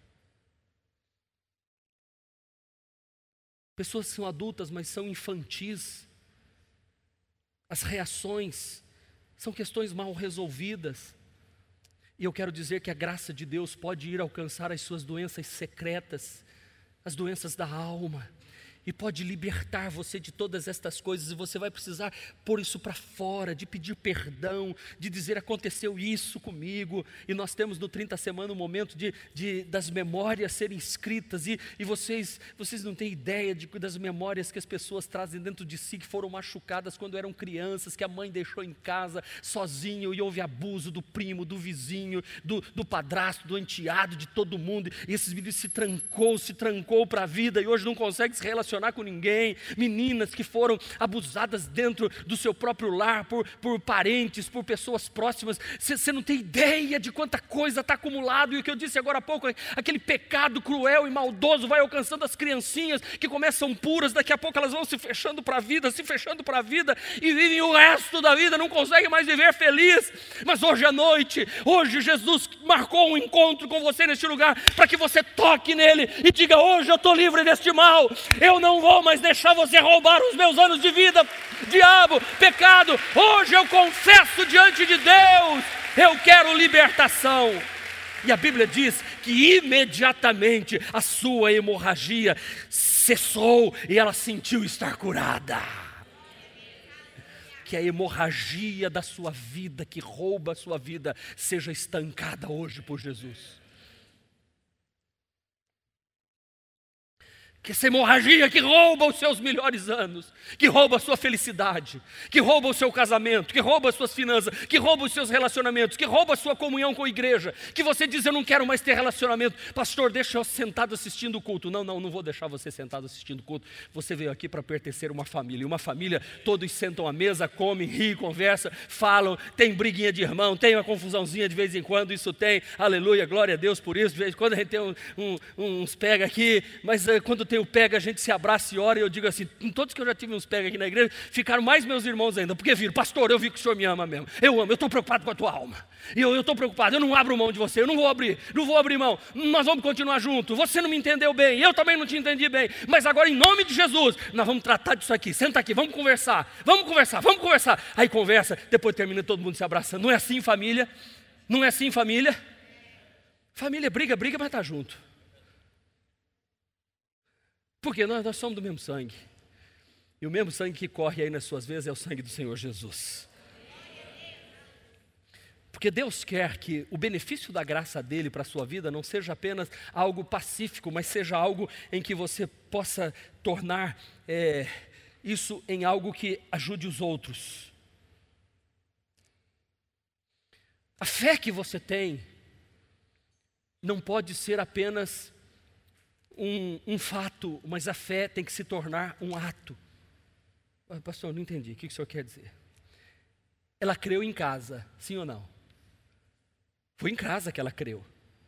Pessoas que são adultas, mas são infantis. As reações são questões mal resolvidas. E eu quero dizer que a graça de Deus pode ir alcançar as suas doenças secretas, as doenças da alma, e pode libertar você de todas estas coisas, e você vai precisar pôr isso para fora, de pedir perdão, de dizer aconteceu isso comigo, e nós temos no trinta Semanas um momento de, de, das memórias serem escritas, e, e vocês, vocês não têm ideia de, das memórias que as pessoas trazem dentro de si, que foram machucadas quando eram crianças, que a mãe deixou em casa sozinho, e houve abuso do primo, do vizinho, do, do padrasto, do enteado, de todo mundo, e esses meninos se trancou, se trancou para a vida, e hoje não consegue se relacionar relacionar com ninguém, meninas que foram abusadas dentro do seu próprio lar, por, por parentes, por pessoas próximas. Você não tem ideia de quanta coisa está acumulado, e o que eu disse agora há pouco, aquele pecado cruel e maldoso vai alcançando as criancinhas que começam puras, daqui a pouco elas vão se fechando para a vida, se fechando para a vida, e vivem o resto da vida, não conseguem mais viver feliz. Mas hoje à noite, hoje Jesus marcou um encontro com você neste lugar, para que você toque nele e diga: hoje eu estou livre deste mal, eu não vou mais deixar você roubar os meus anos de vida, diabo, pecado, hoje eu confesso diante de Deus, eu quero libertação. E a Bíblia diz que imediatamente a sua hemorragia cessou e ela sentiu estar curada. Que a hemorragia da sua vida, que rouba a sua vida, seja estancada hoje por Jesus. Que essa hemorragia que rouba os seus melhores anos, que rouba a sua felicidade, que rouba o seu casamento, que rouba as suas finanças, que rouba os seus relacionamentos, que rouba a sua comunhão com a igreja, que você diz: eu não quero mais ter relacionamento. Pastor, deixa eu sentado assistindo o culto. Não, não, não vou deixar você sentado assistindo o culto. Você veio aqui para pertencer a uma família. E uma família, todos sentam à mesa, comem, riem, conversam, falam, tem briguinha de irmão, tem uma confusãozinha de vez em quando, isso tem, aleluia, glória a Deus por isso. De vez em quando a gente tem um, um, uns pega aqui, mas uh, quando tem o pega, a gente se abraça e ora, e eu digo assim, todos que eu já tive uns pega aqui na igreja, ficaram mais meus irmãos ainda, porque viram: pastor, eu vi que o senhor me ama mesmo, eu amo, eu estou preocupado com a tua alma, e eu estou preocupado, eu não abro mão de você, eu não vou abrir, não vou abrir mão, nós vamos continuar juntos, você não me entendeu bem, eu também não te entendi bem, mas agora em nome de Jesus, nós vamos tratar disso aqui, senta aqui, vamos conversar, vamos conversar, vamos conversar, aí conversa, depois termina todo mundo se abraçando. Não é assim, família? Não é assim, família? Família briga, briga, mas está junto. Porque nós, nós somos do mesmo sangue. E o mesmo sangue que corre aí nas suas veias é o sangue do Senhor Jesus. Porque Deus quer que o benefício da graça dele para a sua vida não seja apenas algo pacífico, mas seja algo em que você possa tornar é, isso em algo que ajude os outros. A fé que você tem não pode ser apenas Um, um fato, mas a fé tem que se tornar um ato. Pastor, não entendi, o que o senhor quer dizer? Ela creu em casa, sim ou não? Foi em casa que ela creu.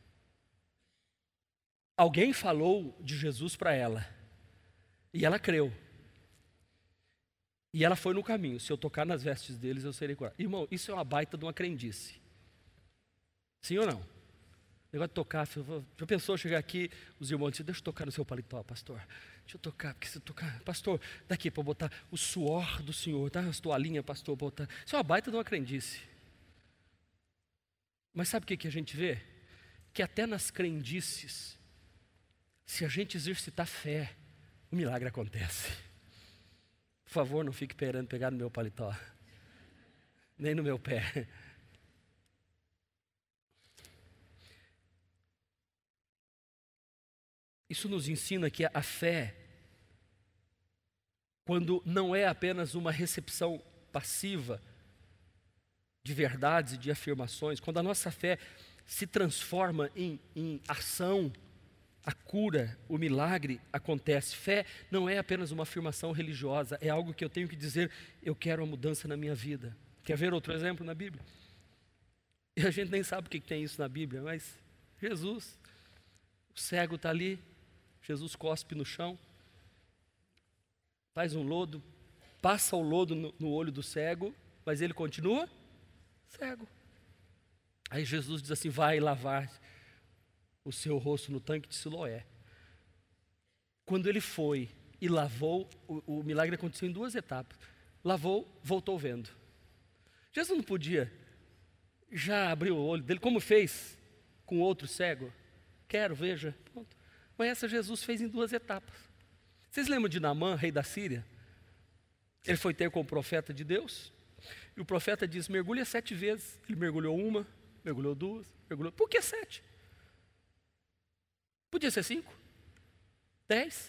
Alguém falou de Jesus para ela, e ela creu. E ela foi no caminho: se eu tocar nas vestes deles, eu serei curado. Irmão, isso é uma baita de uma crendice. Sim ou não? Negócio de tocar, já pensou chegar aqui, os irmãos dizem: deixa eu tocar no seu paletó, pastor, deixa eu tocar, porque se tocar, pastor, daqui para botar o suor do Senhor, tá? As toalhinhas, pastor, botar. Isso é uma baita de uma crendice. Mas sabe o que, que a gente vê? Que até nas crendices, se a gente exercitar fé, o milagre acontece. Por favor, não fique esperando pegar no meu paletó, nem no meu pé. Isso nos ensina que a fé, quando não é apenas uma recepção passiva de verdades e de afirmações, quando a nossa fé se transforma em, em ação, a cura, o milagre acontece. Fé não é apenas uma afirmação religiosa, é algo que eu tenho que dizer: eu quero a mudança na minha vida. Quer ver outro exemplo na Bíblia? E a gente nem sabe o que tem isso na Bíblia, mas Jesus, o cego está ali, Jesus cospe no chão, faz um lodo, passa o lodo no, no olho do cego, mas ele continua cego. Aí Jesus diz assim: vai lavar o seu rosto no tanque de Siloé. Quando ele foi e lavou, o, o milagre aconteceu em duas etapas. Lavou, voltou vendo. Jesus não podia já abrir o olho dele, como fez com outro cego? Quero, veja, pronto. Mas essa Jesus fez em duas etapas. Vocês lembram de Naamã, rei da Síria? Ele foi ter com o profeta de Deus, e o profeta diz: mergulha sete vezes. Ele mergulhou uma, mergulhou duas, mergulhou... Por que sete? Podia ser cinco, dez.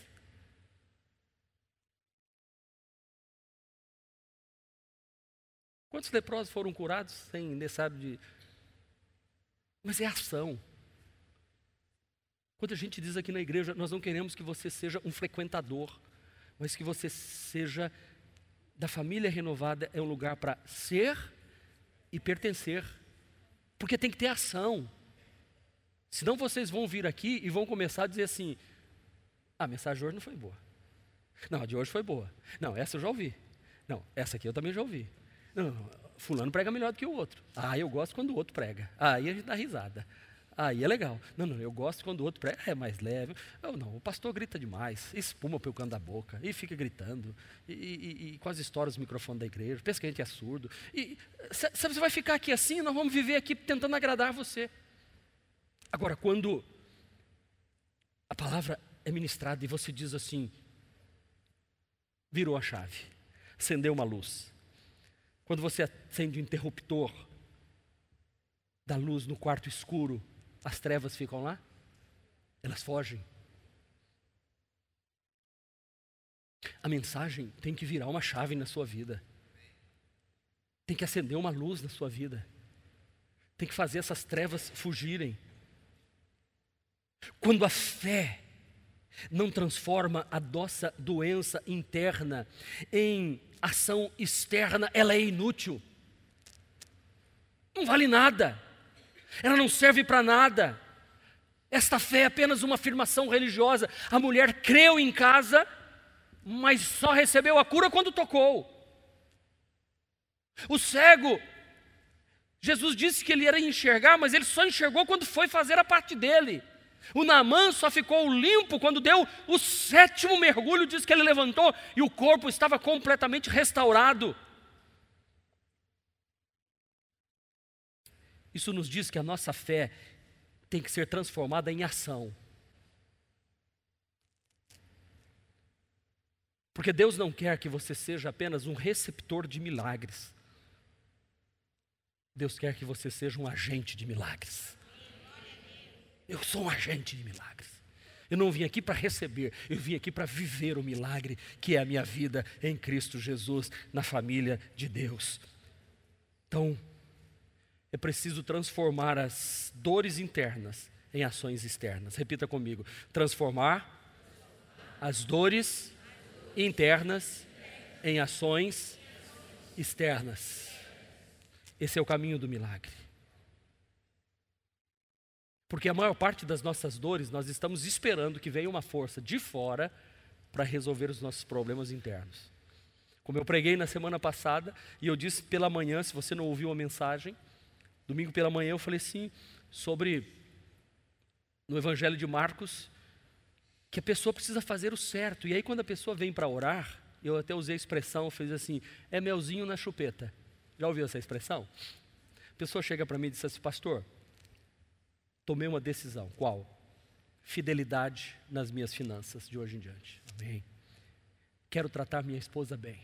Quantos leprosos foram curados sem necessário de... Mas é ação. Quando a gente diz aqui na igreja, nós não queremos que você seja um frequentador, mas que você seja da família renovada, é um lugar para ser e pertencer, porque tem que ter ação. Senão vocês vão vir aqui e vão começar a dizer assim: ah, a mensagem de hoje não foi boa. Não, a de hoje foi boa. Não, essa eu já ouvi. Não, essa aqui eu também já ouvi. Não, não, fulano prega melhor do que o outro. Ah, eu gosto quando o outro prega. Ah, aí a gente dá risada. Aí é legal. Não, não, eu gosto quando o outro prega, é mais leve. Não, não, o pastor grita demais, espuma pelo canto da boca, e fica gritando, e, e, e quase estoura os microfones da igreja, pensa que a gente é surdo. E você vai ficar aqui assim, nós vamos viver aqui tentando agradar você. Agora, quando a palavra é ministrada e você diz assim, virou a chave, acendeu uma luz. Quando você acende o interruptor da luz no quarto escuro, as trevas ficam lá? Elas fogem. A mensagem tem que virar uma chave na sua vida. Tem que acender uma luz na sua vida. Tem que fazer essas trevas fugirem. Quando a fé não transforma a nossa doença interna em ação externa, ela é inútil. Não vale nada. Ela não serve para nada. Esta fé é apenas uma afirmação religiosa. A mulher creu em casa, mas só recebeu a cura quando tocou. O cego, Jesus disse que ele ia enxergar, mas ele só enxergou quando foi fazer a parte dele. O Naamã só ficou limpo quando deu o sétimo mergulho, diz que ele levantou e o corpo estava completamente restaurado. Isso nos diz que a nossa fé tem que ser transformada em ação. Porque Deus não quer que você seja apenas um receptor de milagres. Deus quer que você seja um agente de milagres. Eu sou um agente de milagres. Eu não vim aqui para receber, eu vim aqui para viver o milagre que é a minha vida em Cristo Jesus, na família de Deus. Então, é preciso transformar as dores internas em ações externas. Repita comigo: transformar as dores internas em ações externas. Esse é o caminho do milagre. Porque a maior parte das nossas dores, nós estamos esperando que venha uma força de fora para resolver os nossos problemas internos. Como eu preguei na semana passada, e eu disse pela manhã, se você não ouviu a mensagem, domingo pela manhã eu falei assim, sobre, no Evangelho de Marcos, que a pessoa precisa fazer o certo. E aí quando a pessoa vem para orar, eu até usei a expressão, eu fiz assim, é melzinho na chupeta. Já ouviu essa expressão? A pessoa chega para mim e diz assim, pastor, tomei uma decisão. Qual? Fidelidade nas minhas finanças de hoje em diante. Amém. Quero tratar minha esposa bem.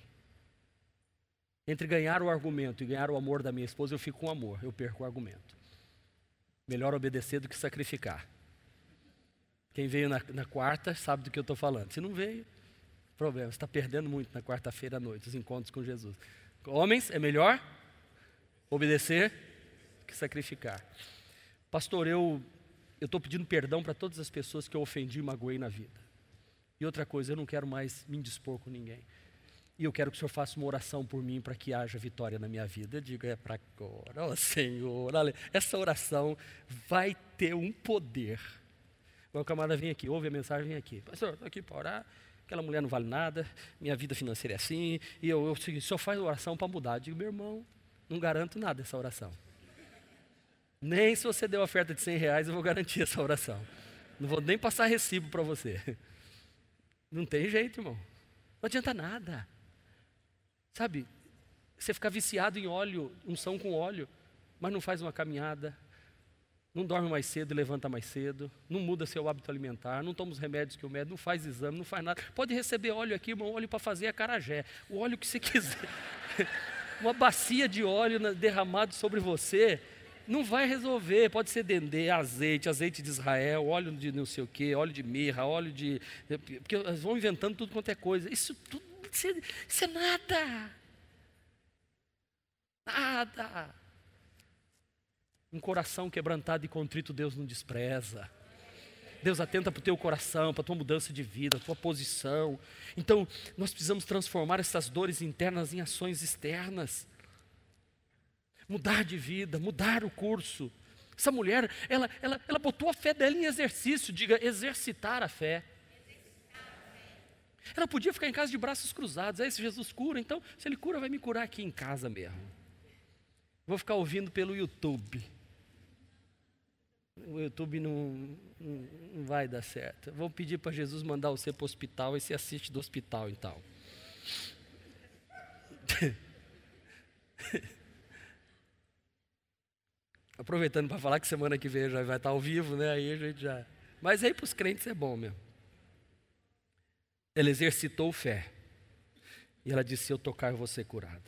Entre ganhar o argumento e ganhar o amor da minha esposa, eu fico com amor, eu perco o argumento. Melhor obedecer do que sacrificar. Quem veio na, na quarta sabe do que eu estou falando. Se não veio, problema, você está perdendo muito na quarta-feira à noite, os encontros com Jesus. Homens, é melhor obedecer do que sacrificar. Pastor, eu estou pedindo perdão para todas as pessoas que eu ofendi e magoei na vida. E outra coisa, eu não quero mais me indispor com ninguém. E eu quero que o Senhor faça uma oração por mim para que haja vitória na minha vida. Eu digo, é para agora, ó Senhor, olha, essa oração vai ter um poder. O camarada vem aqui, ouve a mensagem, vem aqui. Pastor, estou aqui para orar, aquela mulher não vale nada, minha vida financeira é assim, e eu, eu, o Senhor faz oração para mudar. Eu digo, meu irmão, não garanto nada essa oração. Nem se você deu oferta de cem reais, eu vou garantir essa oração. Não vou nem passar recibo para você. Não tem jeito, irmão. Não adianta nada. Sabe, você ficar viciado em óleo, unção com óleo, mas não faz uma caminhada, não dorme mais cedo e levanta mais cedo, não muda seu hábito alimentar, não toma os remédios que o médico, não faz exame, não faz nada. Pode receber óleo aqui, irmão, óleo para fazer acarajé, o óleo que você quiser. Uma bacia de óleo derramado sobre você, não vai resolver. Pode ser dendê, azeite, azeite de Israel, óleo de não sei o quê, óleo de mirra, óleo de... Porque eles vão inventando tudo quanto é coisa. Isso tudo, isso é, isso é nada. Nada. Um coração quebrantado e contrito Deus não despreza. Deus atenta para o teu coração, para a tua mudança de vida, a tua posição. Então, nós precisamos transformar essas dores internas em ações externas. Mudar de vida, mudar o curso. Essa mulher, ela, ela, ela botou a fé dela em exercício, diga, exercitar a fé. Ela podia ficar em casa de braços cruzados. Aí, se Jesus cura, então, se Ele cura, vai me curar aqui em casa mesmo. Vou ficar ouvindo pelo YouTube. O YouTube não, não, não vai dar certo. Vou pedir para Jesus mandar você para o hospital e você assiste do hospital, então. Aproveitando para falar que semana que vem já vai estar ao vivo, né? Aí a gente já... Mas aí para os crentes é bom mesmo. Ela exercitou fé. E ela disse, se eu tocar eu vou ser curada.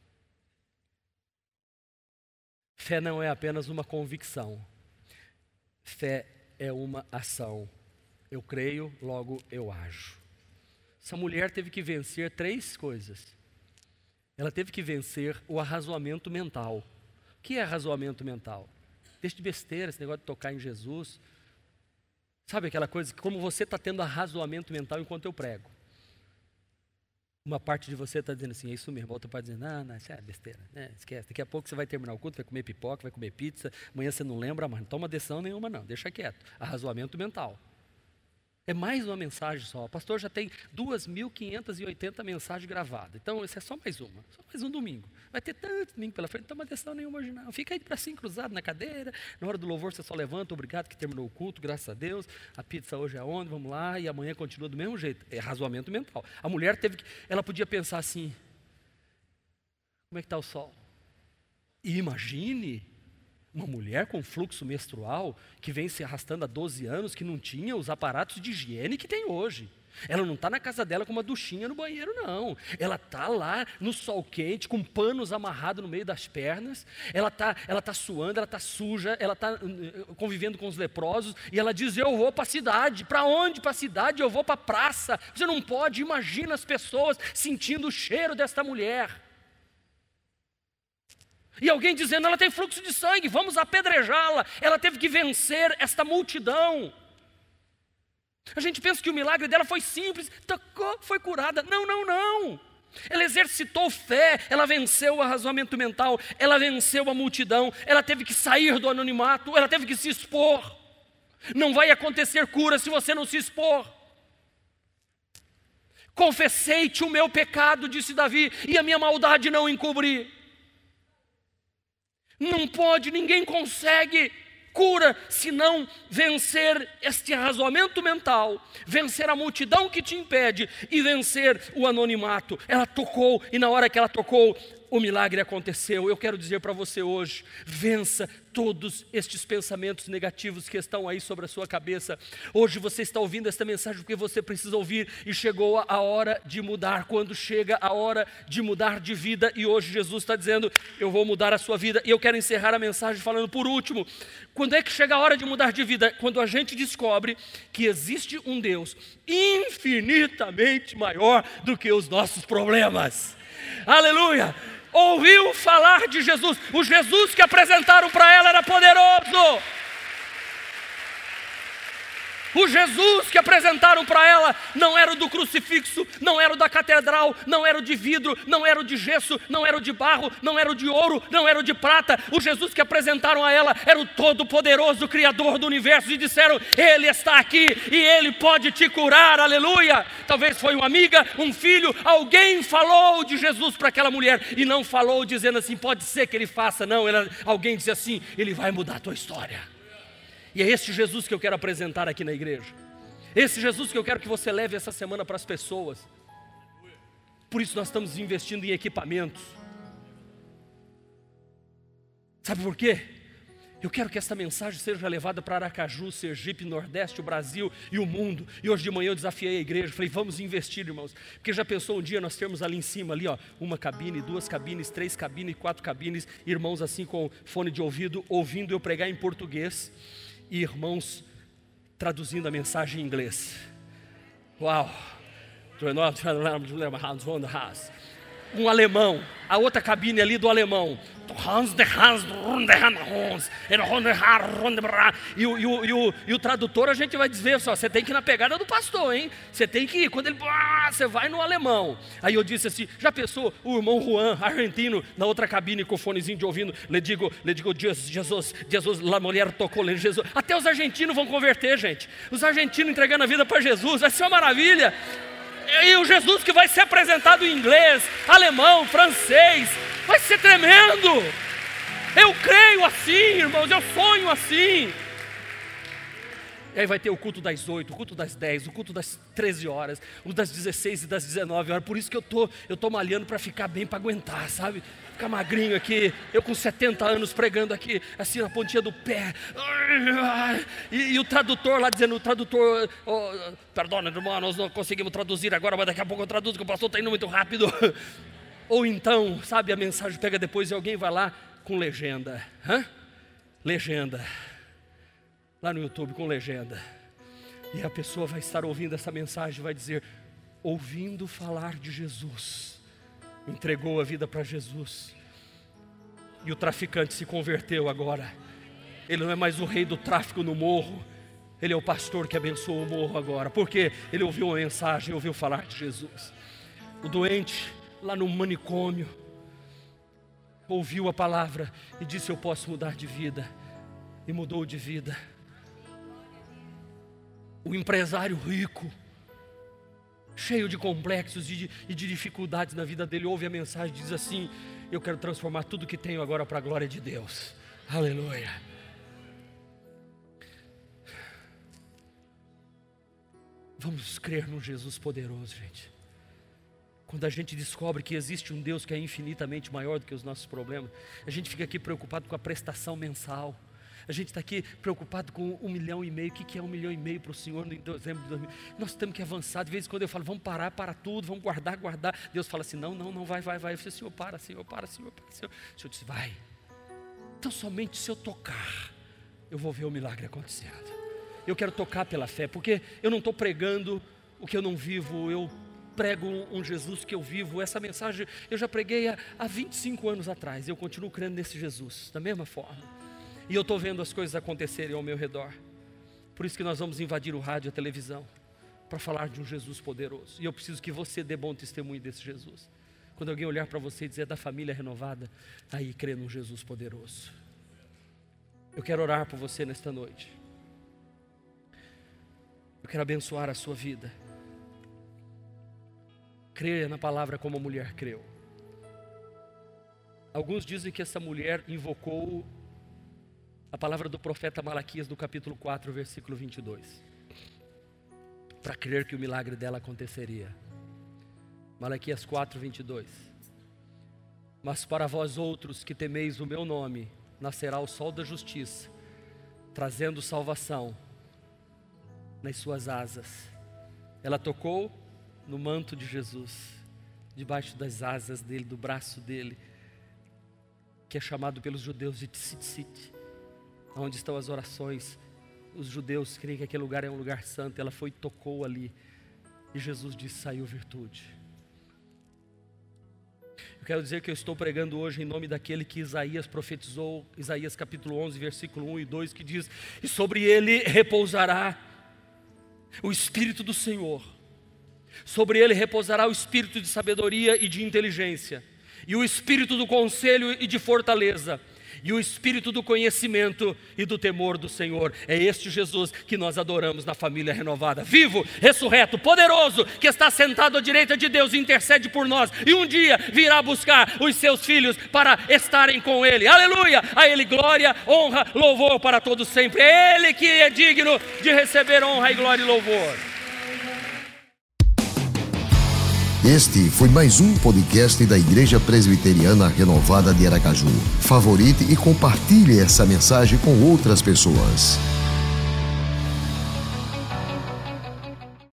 Fé não é apenas uma convicção. Fé é uma ação. Eu creio, logo eu ajo. Essa mulher teve que vencer três coisas. Ela teve que vencer o arrazoamento mental. O que é arrazoamento mental? Deixa de besteira esse negócio de tocar em Jesus. Sabe aquela coisa que como você está tendo arrazoamento mental enquanto eu prego. Uma parte de você está dizendo assim, é isso mesmo. A outra parte dizendo, não, não, isso é besteira, né? Esquece. Daqui a pouco você vai terminar o culto, vai comer pipoca, vai comer pizza. Amanhã você não lembra, mas não toma decisão nenhuma não, deixa quieto. Arrazoamento mental. É mais uma mensagem só. O pastor já tem duas mil quinhentas e oitenta mensagens gravadas. Então, isso é só mais uma. Só mais um domingo. Vai ter tanto domingo pela frente, não toma decisão nenhuma hoje não. Fica aí de bracinho cruzado na cadeira. Na hora do louvor você só levanta, obrigado que terminou o culto, graças a Deus. A pizza hoje é onde? Vamos lá. E amanhã continua do mesmo jeito. É arrazoamento mental. A mulher teve que... Ela podia pensar assim, como é que está o sol? E imagine... Uma mulher com fluxo menstrual, que vem se arrastando há doze anos, que não tinha os aparatos de higiene que tem hoje. Ela não está na casa dela com uma duchinha no banheiro, não. Ela está lá no sol quente, com panos amarrados no meio das pernas. Ela está ela tá suando, ela está suja, ela está convivendo com os leprosos. E ela diz, eu vou para a cidade. Para onde? Para a cidade? Eu vou para a praça. Você não pode, imagina as pessoas sentindo o cheiro desta mulher. E alguém dizendo, ela tem fluxo de sangue, vamos apedrejá-la. Ela teve que vencer esta multidão. A gente pensa que o milagre dela foi simples, tocou, foi curada. Não, não, não. Ela exercitou fé, ela venceu o arrazoamento mental, ela venceu a multidão, ela teve que sair do anonimato, ela teve que se expor. Não vai acontecer cura se você não se expor. Confessei-te o meu pecado, disse Davi, e a minha maldade não encobri. Não pode, ninguém consegue cura se não vencer este arrazoamento mental, vencer a multidão que te impede e vencer o anonimato. Ela tocou e na hora que ela tocou, o milagre aconteceu. Eu quero dizer para você hoje, vença todos estes pensamentos negativos que estão aí sobre a sua cabeça. Hoje você está ouvindo esta mensagem porque você precisa ouvir e chegou a hora de mudar. Quando chega a hora de mudar de vida e hoje Jesus está dizendo, eu vou mudar a sua vida. E eu quero encerrar a mensagem falando por último, quando é que chega a hora de mudar de vida? Quando a gente descobre que existe um Deus infinitamente maior do que os nossos problemas. Aleluia! Ouviu falar de Jesus, o Jesus que apresentaram para ela era poderoso. O Jesus que apresentaram para ela não era o do crucifixo, não era o da catedral, não era o de vidro, não era o de gesso, não era o de barro, não era o de ouro, não era o de prata. O Jesus que apresentaram a ela era o todo-poderoso Criador do universo e disseram, Ele está aqui e Ele pode te curar, aleluia. Talvez foi uma amiga, um filho, alguém falou de Jesus para aquela mulher e não falou dizendo assim, pode ser que Ele faça, não. Ela, alguém disse assim, Ele vai mudar a tua história. E é esse Jesus que eu quero apresentar aqui na igreja. Esse Jesus que eu quero que você leve essa semana para as pessoas. Por isso nós estamos investindo em equipamentos. Sabe por quê? Eu quero que essa mensagem seja levada para Aracaju, Sergipe, Nordeste, o Brasil e o mundo. E hoje de manhã eu desafiei a igreja, falei, vamos investir, irmãos. Porque já pensou um dia nós termos ali em cima, ali ó, uma cabine, duas cabines, três cabines, quatro cabines, irmãos assim com fone de ouvido, ouvindo eu pregar em português. E irmãos traduzindo a mensagem em inglês. Uau! um alemão, a outra cabine ali do alemão. E o, e, o, e, o, e o tradutor a gente vai dizer só, você tem que ir na pegada do pastor, hein? Você tem que ir, quando ele, ah, você vai no alemão. Aí eu disse assim, já pensou o irmão Juan, argentino, na outra cabine com o fonezinho de ouvindo, le digo, le digo, Jesus, Jesus, la mulher tocou, Jesus. Até os argentinos vão converter, gente. Os argentinos entregando a vida para Jesus, vai ser uma maravilha. E o Jesus que vai ser apresentado em inglês, alemão, francês, vai ser tremendo. Eu creio assim, irmãos, eu sonho assim. E aí vai ter o culto das oito, o culto das dez, o culto das treze horas, o das dezesseis e das dezenove horas. Por isso que eu tô, eu tô malhando para ficar bem, para aguentar, sabe? Ficar magrinho aqui, eu com setenta anos pregando aqui, assim na pontinha do pé. E, e o tradutor lá dizendo, o tradutor, oh, perdona, irmão, nós não conseguimos traduzir agora, mas daqui a pouco eu traduzo, que o pastor está indo muito rápido. Ou então, sabe, a mensagem pega depois e alguém vai lá com legenda. Hã? Legenda. Lá no YouTube com legenda. E a pessoa vai estar ouvindo essa mensagem e vai dizer, ouvindo falar de Jesus, entregou a vida para Jesus. E o traficante se converteu agora. Ele não é mais o rei do tráfico no morro. Ele é o pastor que abençoa o morro agora. Porque ele ouviu uma mensagem, ouviu falar de Jesus. O doente lá no manicômio ouviu a palavra e disse, eu posso mudar de vida. E mudou de vida. O empresário rico, cheio de complexos e de, e de dificuldades na vida dele, ouve a mensagem e diz assim, eu quero transformar tudo que tenho agora para a glória de Deus. Aleluia. Vamos crer num Jesus poderoso, gente. Quando a gente descobre que existe um Deus que é infinitamente maior do que os nossos problemas, a gente fica aqui preocupado com a prestação mensal. A gente está aqui preocupado com um milhão e meio. O que, que é um milhão e meio para o Senhor em dezembro de dois mil? Nós temos que avançar. De vez em quando eu falo, vamos parar, para tudo, vamos guardar, guardar. Deus fala assim, não, não, não, vai, vai, vai. Eu falei, Senhor, para, Senhor, para, Senhor, para, Senhor. O Senhor disse, vai. Então somente se eu tocar, eu vou ver o milagre acontecendo. Eu quero tocar pela fé, porque eu não estou pregando o que eu não vivo, eu prego um Jesus que eu vivo. Essa mensagem eu já preguei há, há vinte e cinco anos atrás. Eu continuo crendo nesse Jesus, da mesma forma. E eu estou vendo as coisas acontecerem ao meu redor. Por isso que nós vamos invadir o rádio e a televisão, para falar de um Jesus poderoso. E eu preciso que você dê bom testemunho desse Jesus. Quando alguém olhar para você e dizer, da família renovada, aí crê num Jesus poderoso. Eu quero orar por você nesta noite. Eu quero abençoar a sua vida. Creia na palavra como a mulher creu. Alguns dizem que essa mulher invocou a palavra do profeta Malaquias do capítulo quatro, versículo vinte e dois, para crer que o milagre dela aconteceria. Malaquias quatro, vinte e dois. Mas para vós outros que temeis o meu nome, nascerá o sol da justiça, trazendo salvação nas suas asas. Ela tocou no manto de Jesus, debaixo das asas dele, do braço dele, que é chamado pelos judeus de Tzitzit, onde estão as orações. Os judeus creem que aquele lugar é um lugar santo. Ela foi e tocou ali, e Jesus disse, saiu virtude. Eu quero dizer que eu estou pregando hoje em nome daquele que Isaías profetizou, Isaías capítulo onze, versículo um e dois, que diz, e sobre ele repousará o Espírito do Senhor, sobre ele repousará o Espírito de sabedoria e de inteligência, e o Espírito do conselho e de fortaleza, e o Espírito do conhecimento e do temor do Senhor. É este Jesus que nós adoramos na família renovada, vivo, ressurreto, poderoso, que está sentado à direita de Deus e intercede por nós, e um dia virá buscar os seus filhos para estarem com Ele. Aleluia! A Ele glória, honra, louvor para todos sempre. É Ele que é digno de receber honra e glória e louvor. Este foi mais um podcast da Igreja Presbiteriana Renovada de Aracaju. Favorite e compartilhe essa mensagem com outras pessoas.